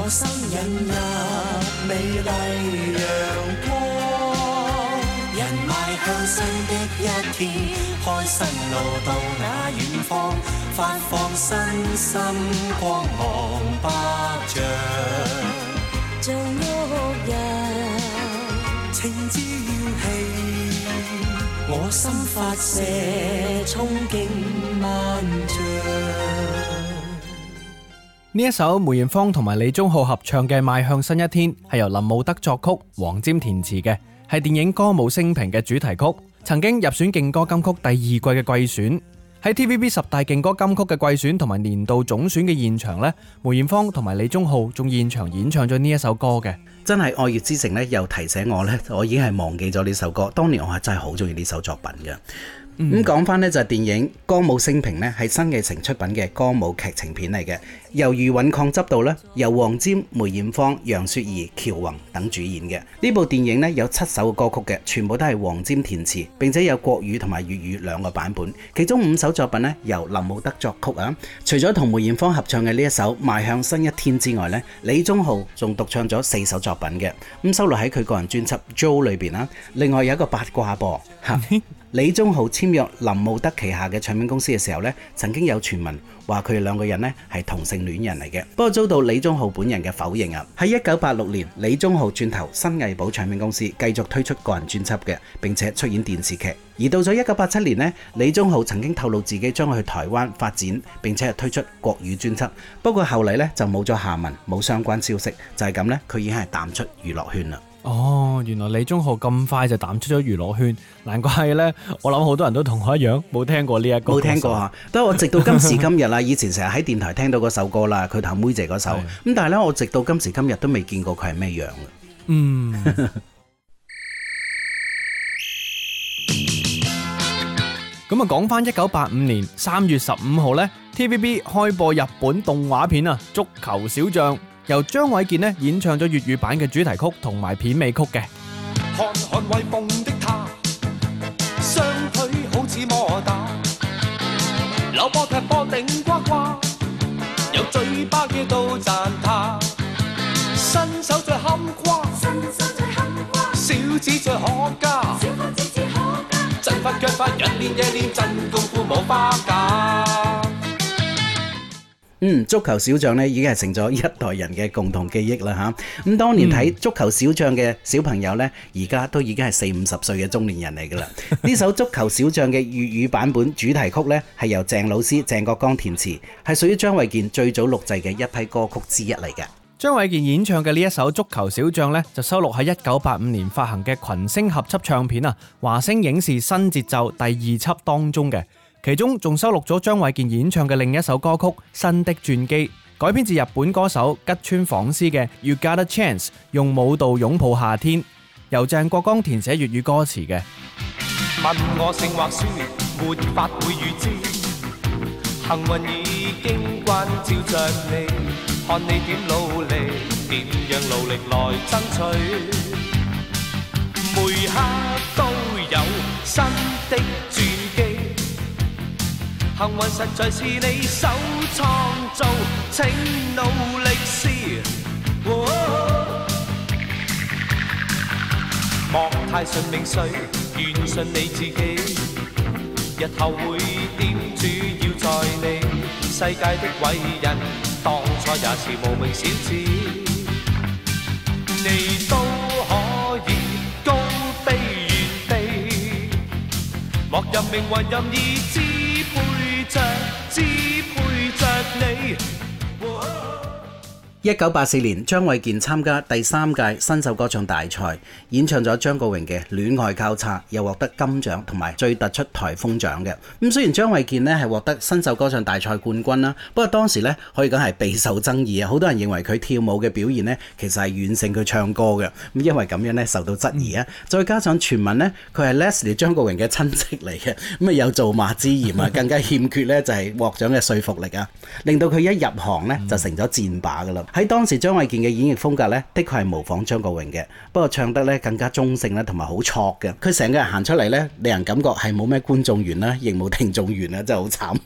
我心引入美麗陽光，人邁向新的一天，開新路到那遠方，發放身心光芒百丈， 像旭日情之耀氣，我心發射衝勁萬丈。 呢一首梅艷芳同埋李宗浩合唱嘅《邁向新一天》係由林慕德作曲、黃霑填詞嘅，係電影《歌舞升平》嘅主題曲，曾經入選勁歌金曲第二季嘅季選。喺 T V B 十大勁歌金曲嘅季選同埋年度總選嘅現場呢，梅艷芳同埋李宗浩仲現場演唱咗呢一首歌嘅。 真係愛粵之城呢，又提醒我呢，我已經係忘記咗呢首歌。當年我係真係好中意呢首作品嘅。咁講翻呢，就係電影《歌舞升平》呢，係新藝城出品嘅歌舞劇情片嚟嘅，由余允抗執導呢，由黃霑、梅艷芳、楊雪兒、喬宏等主演嘅。呢部電影呢，有七首歌曲嘅，全部都係黃霑填詞，並且有國語同埋粵語兩個版本。其中五首作品呢，由林慕德作曲啊。除咗同梅艷芳合唱嘅呢一首《邁向新一天》之外呢，李宗浩仲獨唱咗四首作品嘅，咁收錄喺佢個人專輯《Joe》裏邊啦。另外有一個八卦噃嚇。李宗浩簽約林慕德旗下嘅唱片公司嘅時候呢，曾經有傳聞話佢哋兩個人呢係同性戀人嚟嘅，不過遭到李宗浩本人嘅否認啊。喺一九八六年，李宗浩轉投新藝寶唱片公司，繼續推出個人專輯嘅，並且出演電視劇。而到咗一九八七年呢，李宗浩曾經透露自己將去台灣發展，並且係推出國語專輯。不過後嚟呢，就冇咗下文，冇相關消息，就係咁呢，佢已經係淡出娛樂圈啦。 哦，原來李宗浩咁快就淡出咗娛樂圈，難怪呢。我諗好多人都同我一樣冇聽過呢一個。冇聽過啊！不過我直到今時今日啦，以前成日喺電台聽到嗰首歌啦，佢同妹姐嗰首，咁但係呢，我直到今時今日都未見過佢係咩樣嘅。嗯。咁啊，講翻一九八五年三月十五號呢 T V B 開播日本動畫片啊《足球小將》。由張衛健呢演唱咗粵語版嘅主題曲同埋片尾曲嘅。 看看威風的他，雙腿好似摩打，扭波踢波頂呱呱，有嘴巴嘅都讚他，新手最堪誇，新手最堪誇，小子最可嘉，小伙子最可嘉，陣法腳法日練夜練真功夫冇花假。 嗯，足球小將咧已經係成咗一代人嘅共同記憶啦嚇。咁當年睇足球小將嘅小朋友呢，而家都已經係四五十歲嘅中年人嚟噶啦。呢首足球小將嘅粵語版本主題曲呢，係由鄭老師鄭國江填詞，係屬於張衛健最早錄製嘅一批歌曲之一嚟嘅。 張衛健演唱嘅呢一首足球小將呢，就收錄喺一九八五年發行嘅群星合輯唱片啊華星影視新節奏第二輯當中嘅。其中仲收錄咗張衛健演唱嘅另一首歌曲《新的傳機》，改編自日本歌手吉川晃司嘅《You Got a Chance》，用舞蹈擁抱夏天，由鄭國江填寫粵語歌詞嘅。 問我勝或輸，沒法會預知，幸運已經關照着你，看你點努力，點樣努力來爭取，每刻都有新的傳機。幸運實在是你手創造，請努力試。莫太順命水，願信你自己。日後會點主要在你。世界的偉人，當初也是無名小子。你都可以高飛原地，莫任命運任意支配着支配着你。 一九八四年，張衛健參加第三屆新秀歌唱大賽，演唱咗張國榮嘅《戀愛交叉》，又獲得金獎同埋最突出颱風獎嘅。咁雖然張衛健呢係獲得新秀歌唱大賽冠軍啦，不過當時呢可以講係備受爭議啊！好多人認為佢跳舞嘅表現呢其實係遠勝佢唱歌嘅，咁因為咁樣呢受到質疑啊。再加上傳聞呢，佢係 Leslie 張國榮嘅親戚嚟嘅，咁啊有造罵之嫌啊，更加欠缺呢就係獲獎嘅說服力啊，令到佢一入行呢就成咗戰靶噶啦。喺當時張衛健嘅演繹風格咧，的確係模仿張國榮嘅，不過唱得咧更加中性啦，同埋好挫嘅。佢成個人行出嚟咧，令人感覺係冇咩觀眾緣啦，亦冇聽眾緣啦，真係好慘。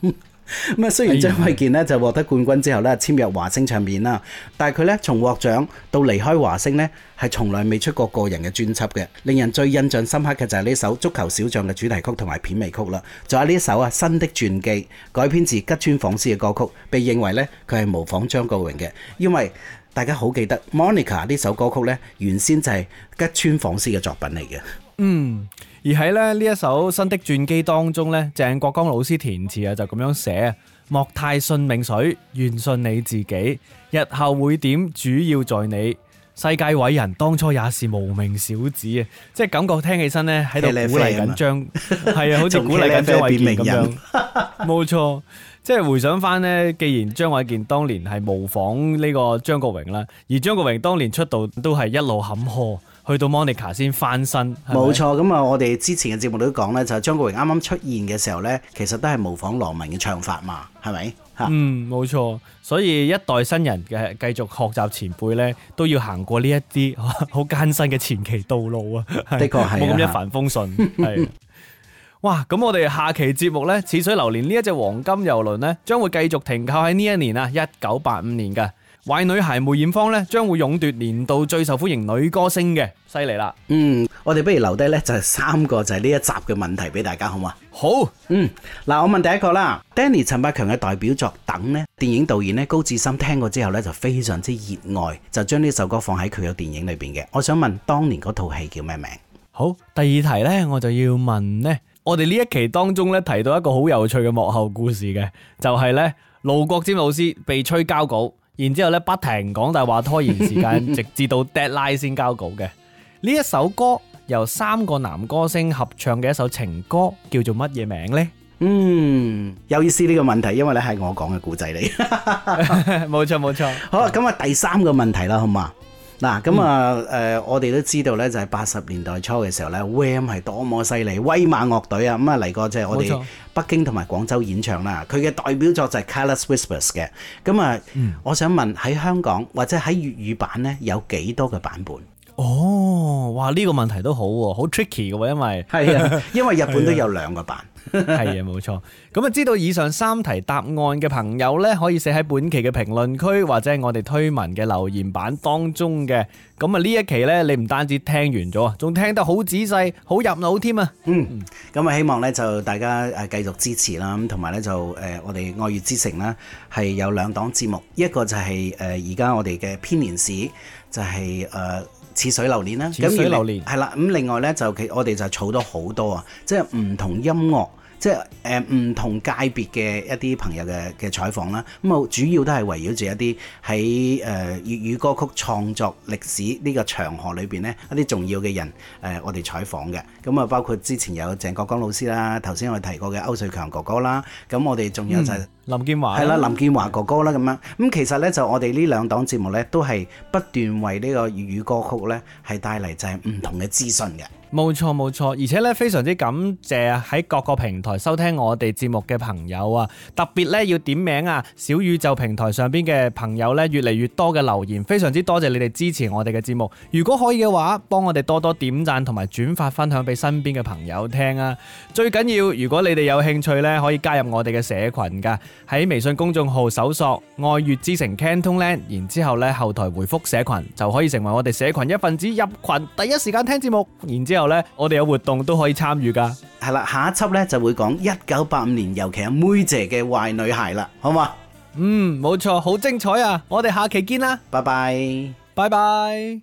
咁啊，雖然張衛健呢就獲得冠軍之後咧簽約華星唱片啦，但係佢咧從獲獎到離開華星呢，係從來未出過個人嘅專輯嘅。令人最印象深刻嘅就係呢首《足球小將》嘅主題曲同埋片尾曲啦。仲有呢一首啊《新的傳記》，改編自吉川晃司嘅歌曲，被認為咧佢係模仿張國榮嘅，因為大家好記得 Monica 呢首歌曲咧原先就係吉川晃司嘅作品嚟嘅。 嗯。而喺咧呢一首新的傳記當中咧，鄭國江老師填詞啊，就咁樣寫：莫太信命水，願信你自己，日後會點主要在你。世界偉人當初也是無名小子啊！即係感覺聽起身咧喺度鼓勵緊張，係啊，好似鼓勵緊張衛健咁樣。冇錯，即係回想翻呢，既然張衛健當年係模仿呢個張國榮啦，而張國榮當年出道都係一路坎坷。去到 Monica 先翻身， 冇錯。咁啊，我哋之前嘅節目都講咧，就係張國榮啱啱出現嘅時候咧，其實都係模仿羅文嘅唱法嘛，係咪？ 嗯，冇錯。所以一代新人嘅繼續學習前輩咧，都要行過呢一啲好艱辛嘅前期道路啊。 的確係， 冇咁一帆風順。係。哇！咁我哋下期節目咧，《似水流年》呢一隻黃金遊輪咧，將會繼續停靠喺呢一年啊，一九八五年嘅。壞女孩梅艷芳咧，將會勇奪年度最受歡迎女歌星嘅，犀利啦！ 嗯，我哋不如留低咧，就係三個就係呢一集嘅問題俾大家，好嘛？ 好， 嗯，嗱，我問第一個啦 ，Danny 陳百強嘅代表作《等》呢，電影導演咧高志森聽過之後咧就非常之熱愛，就將呢首歌放喺佢嘅電影裏邊嘅。我想問當年嗰套戲叫咩名？ 好，第二題咧我就要問呢，我哋呢一期當中咧提到一個好有趣嘅幕後故事嘅，就係咧盧國沾老師被催交稿。然之後咧，不停講大話，拖延時間，直至到 deadline 先交稿嘅。呢一首歌由三個男歌星合唱嘅一首情歌，叫做乜嘢名呢？ 嗯，有意思呢個問題，因為咧係我講嘅故仔嚟。 冇錯冇錯。 好啦，咁啊第三個問題啦，好嘛？嗱，咁啊誒，我哋都知道咧，就係八十年代初嘅時候咧 ，Wham 係多麼犀利，威猛樂隊啊，咁啊嚟過即係我哋北京同埋廣州演唱啦。佢嘅代表作就係 Careless Whispers 嘅。咁啊，嗯、我想問喺香港或者喺粵語版咧，有幾多個版本？ 哦，哇！呢、這個問題都好喎，好 tricky 嘅喎，因為係啊，因為日本都有兩個版。 係啊，冇錯。咁啊，知道以上三題答案嘅朋友呢，可以寫喺本期嘅評論區或者係我哋推文嘅留言板當中嘅。咁啊，呢一期呢，你唔單止聽完咗，仲聽得好仔細，好入腦添啊。 嗯，咁啊，希望呢就大家誒繼續支持啦。咁同埋呢，就誒我哋愛粵之城呢係有兩檔節目，一個就係誒而家我哋嘅編年史，就係誒似水流年啦。 似水流年係啦。咁另外呢，就其我哋就儲到好多啊，即係唔同音樂。即係誒唔同界別嘅一啲朋友嘅嘅採訪啦，咁啊主要都係圍繞住一啲喺誒粵語歌曲創作歷史呢個長河裏邊呢一啲重要嘅人誒、呃，我哋採訪嘅，咁啊包括之前有鄭國江老師啦，頭先我哋提過嘅歐瑞強哥哥啦，咁我哋仲有就係、是嗯、林建華， 係啦林建華哥哥啦咁樣，咁其實呢，就我哋呢兩檔節目呢，都係不斷為呢個粵語歌曲呢，係帶嚟就係唔同嘅資訊嘅。 冇錯冇錯，而且咧非常之感謝喺各個平台收聽我哋節目嘅朋友啊，特別咧要點名啊，小宇宙平台上邊嘅朋友咧越嚟越多嘅留言，非常之多謝你哋支持我哋嘅節目。如果可以嘅話，幫我哋多多點讚同埋轉發分享俾身邊嘅朋友聽啊！最緊要，如果你哋有興趣咧，可以加入我哋嘅社群噶，喺微信公眾號搜索愛粵之城 Cantonland， 然之後咧後台回覆社群就可以成為我哋社群一份子，入群第一時間聽節目，然之後咧，我哋有活動都可以參與噶。 係啦，下一輯咧就會講一九八五年，尤其係妹姐嘅壞女孩啦，好嘛？ 嗯，冇錯，好精彩啊！我哋下期見啦， 拜拜， 拜拜。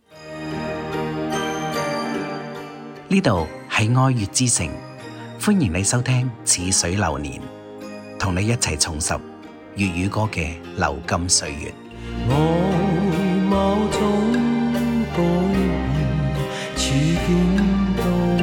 呢度係愛粵之城，歡迎你收聽《似水流年》，同你一齊重拾粵語歌嘅流金歲月。 外貌總改變，處境都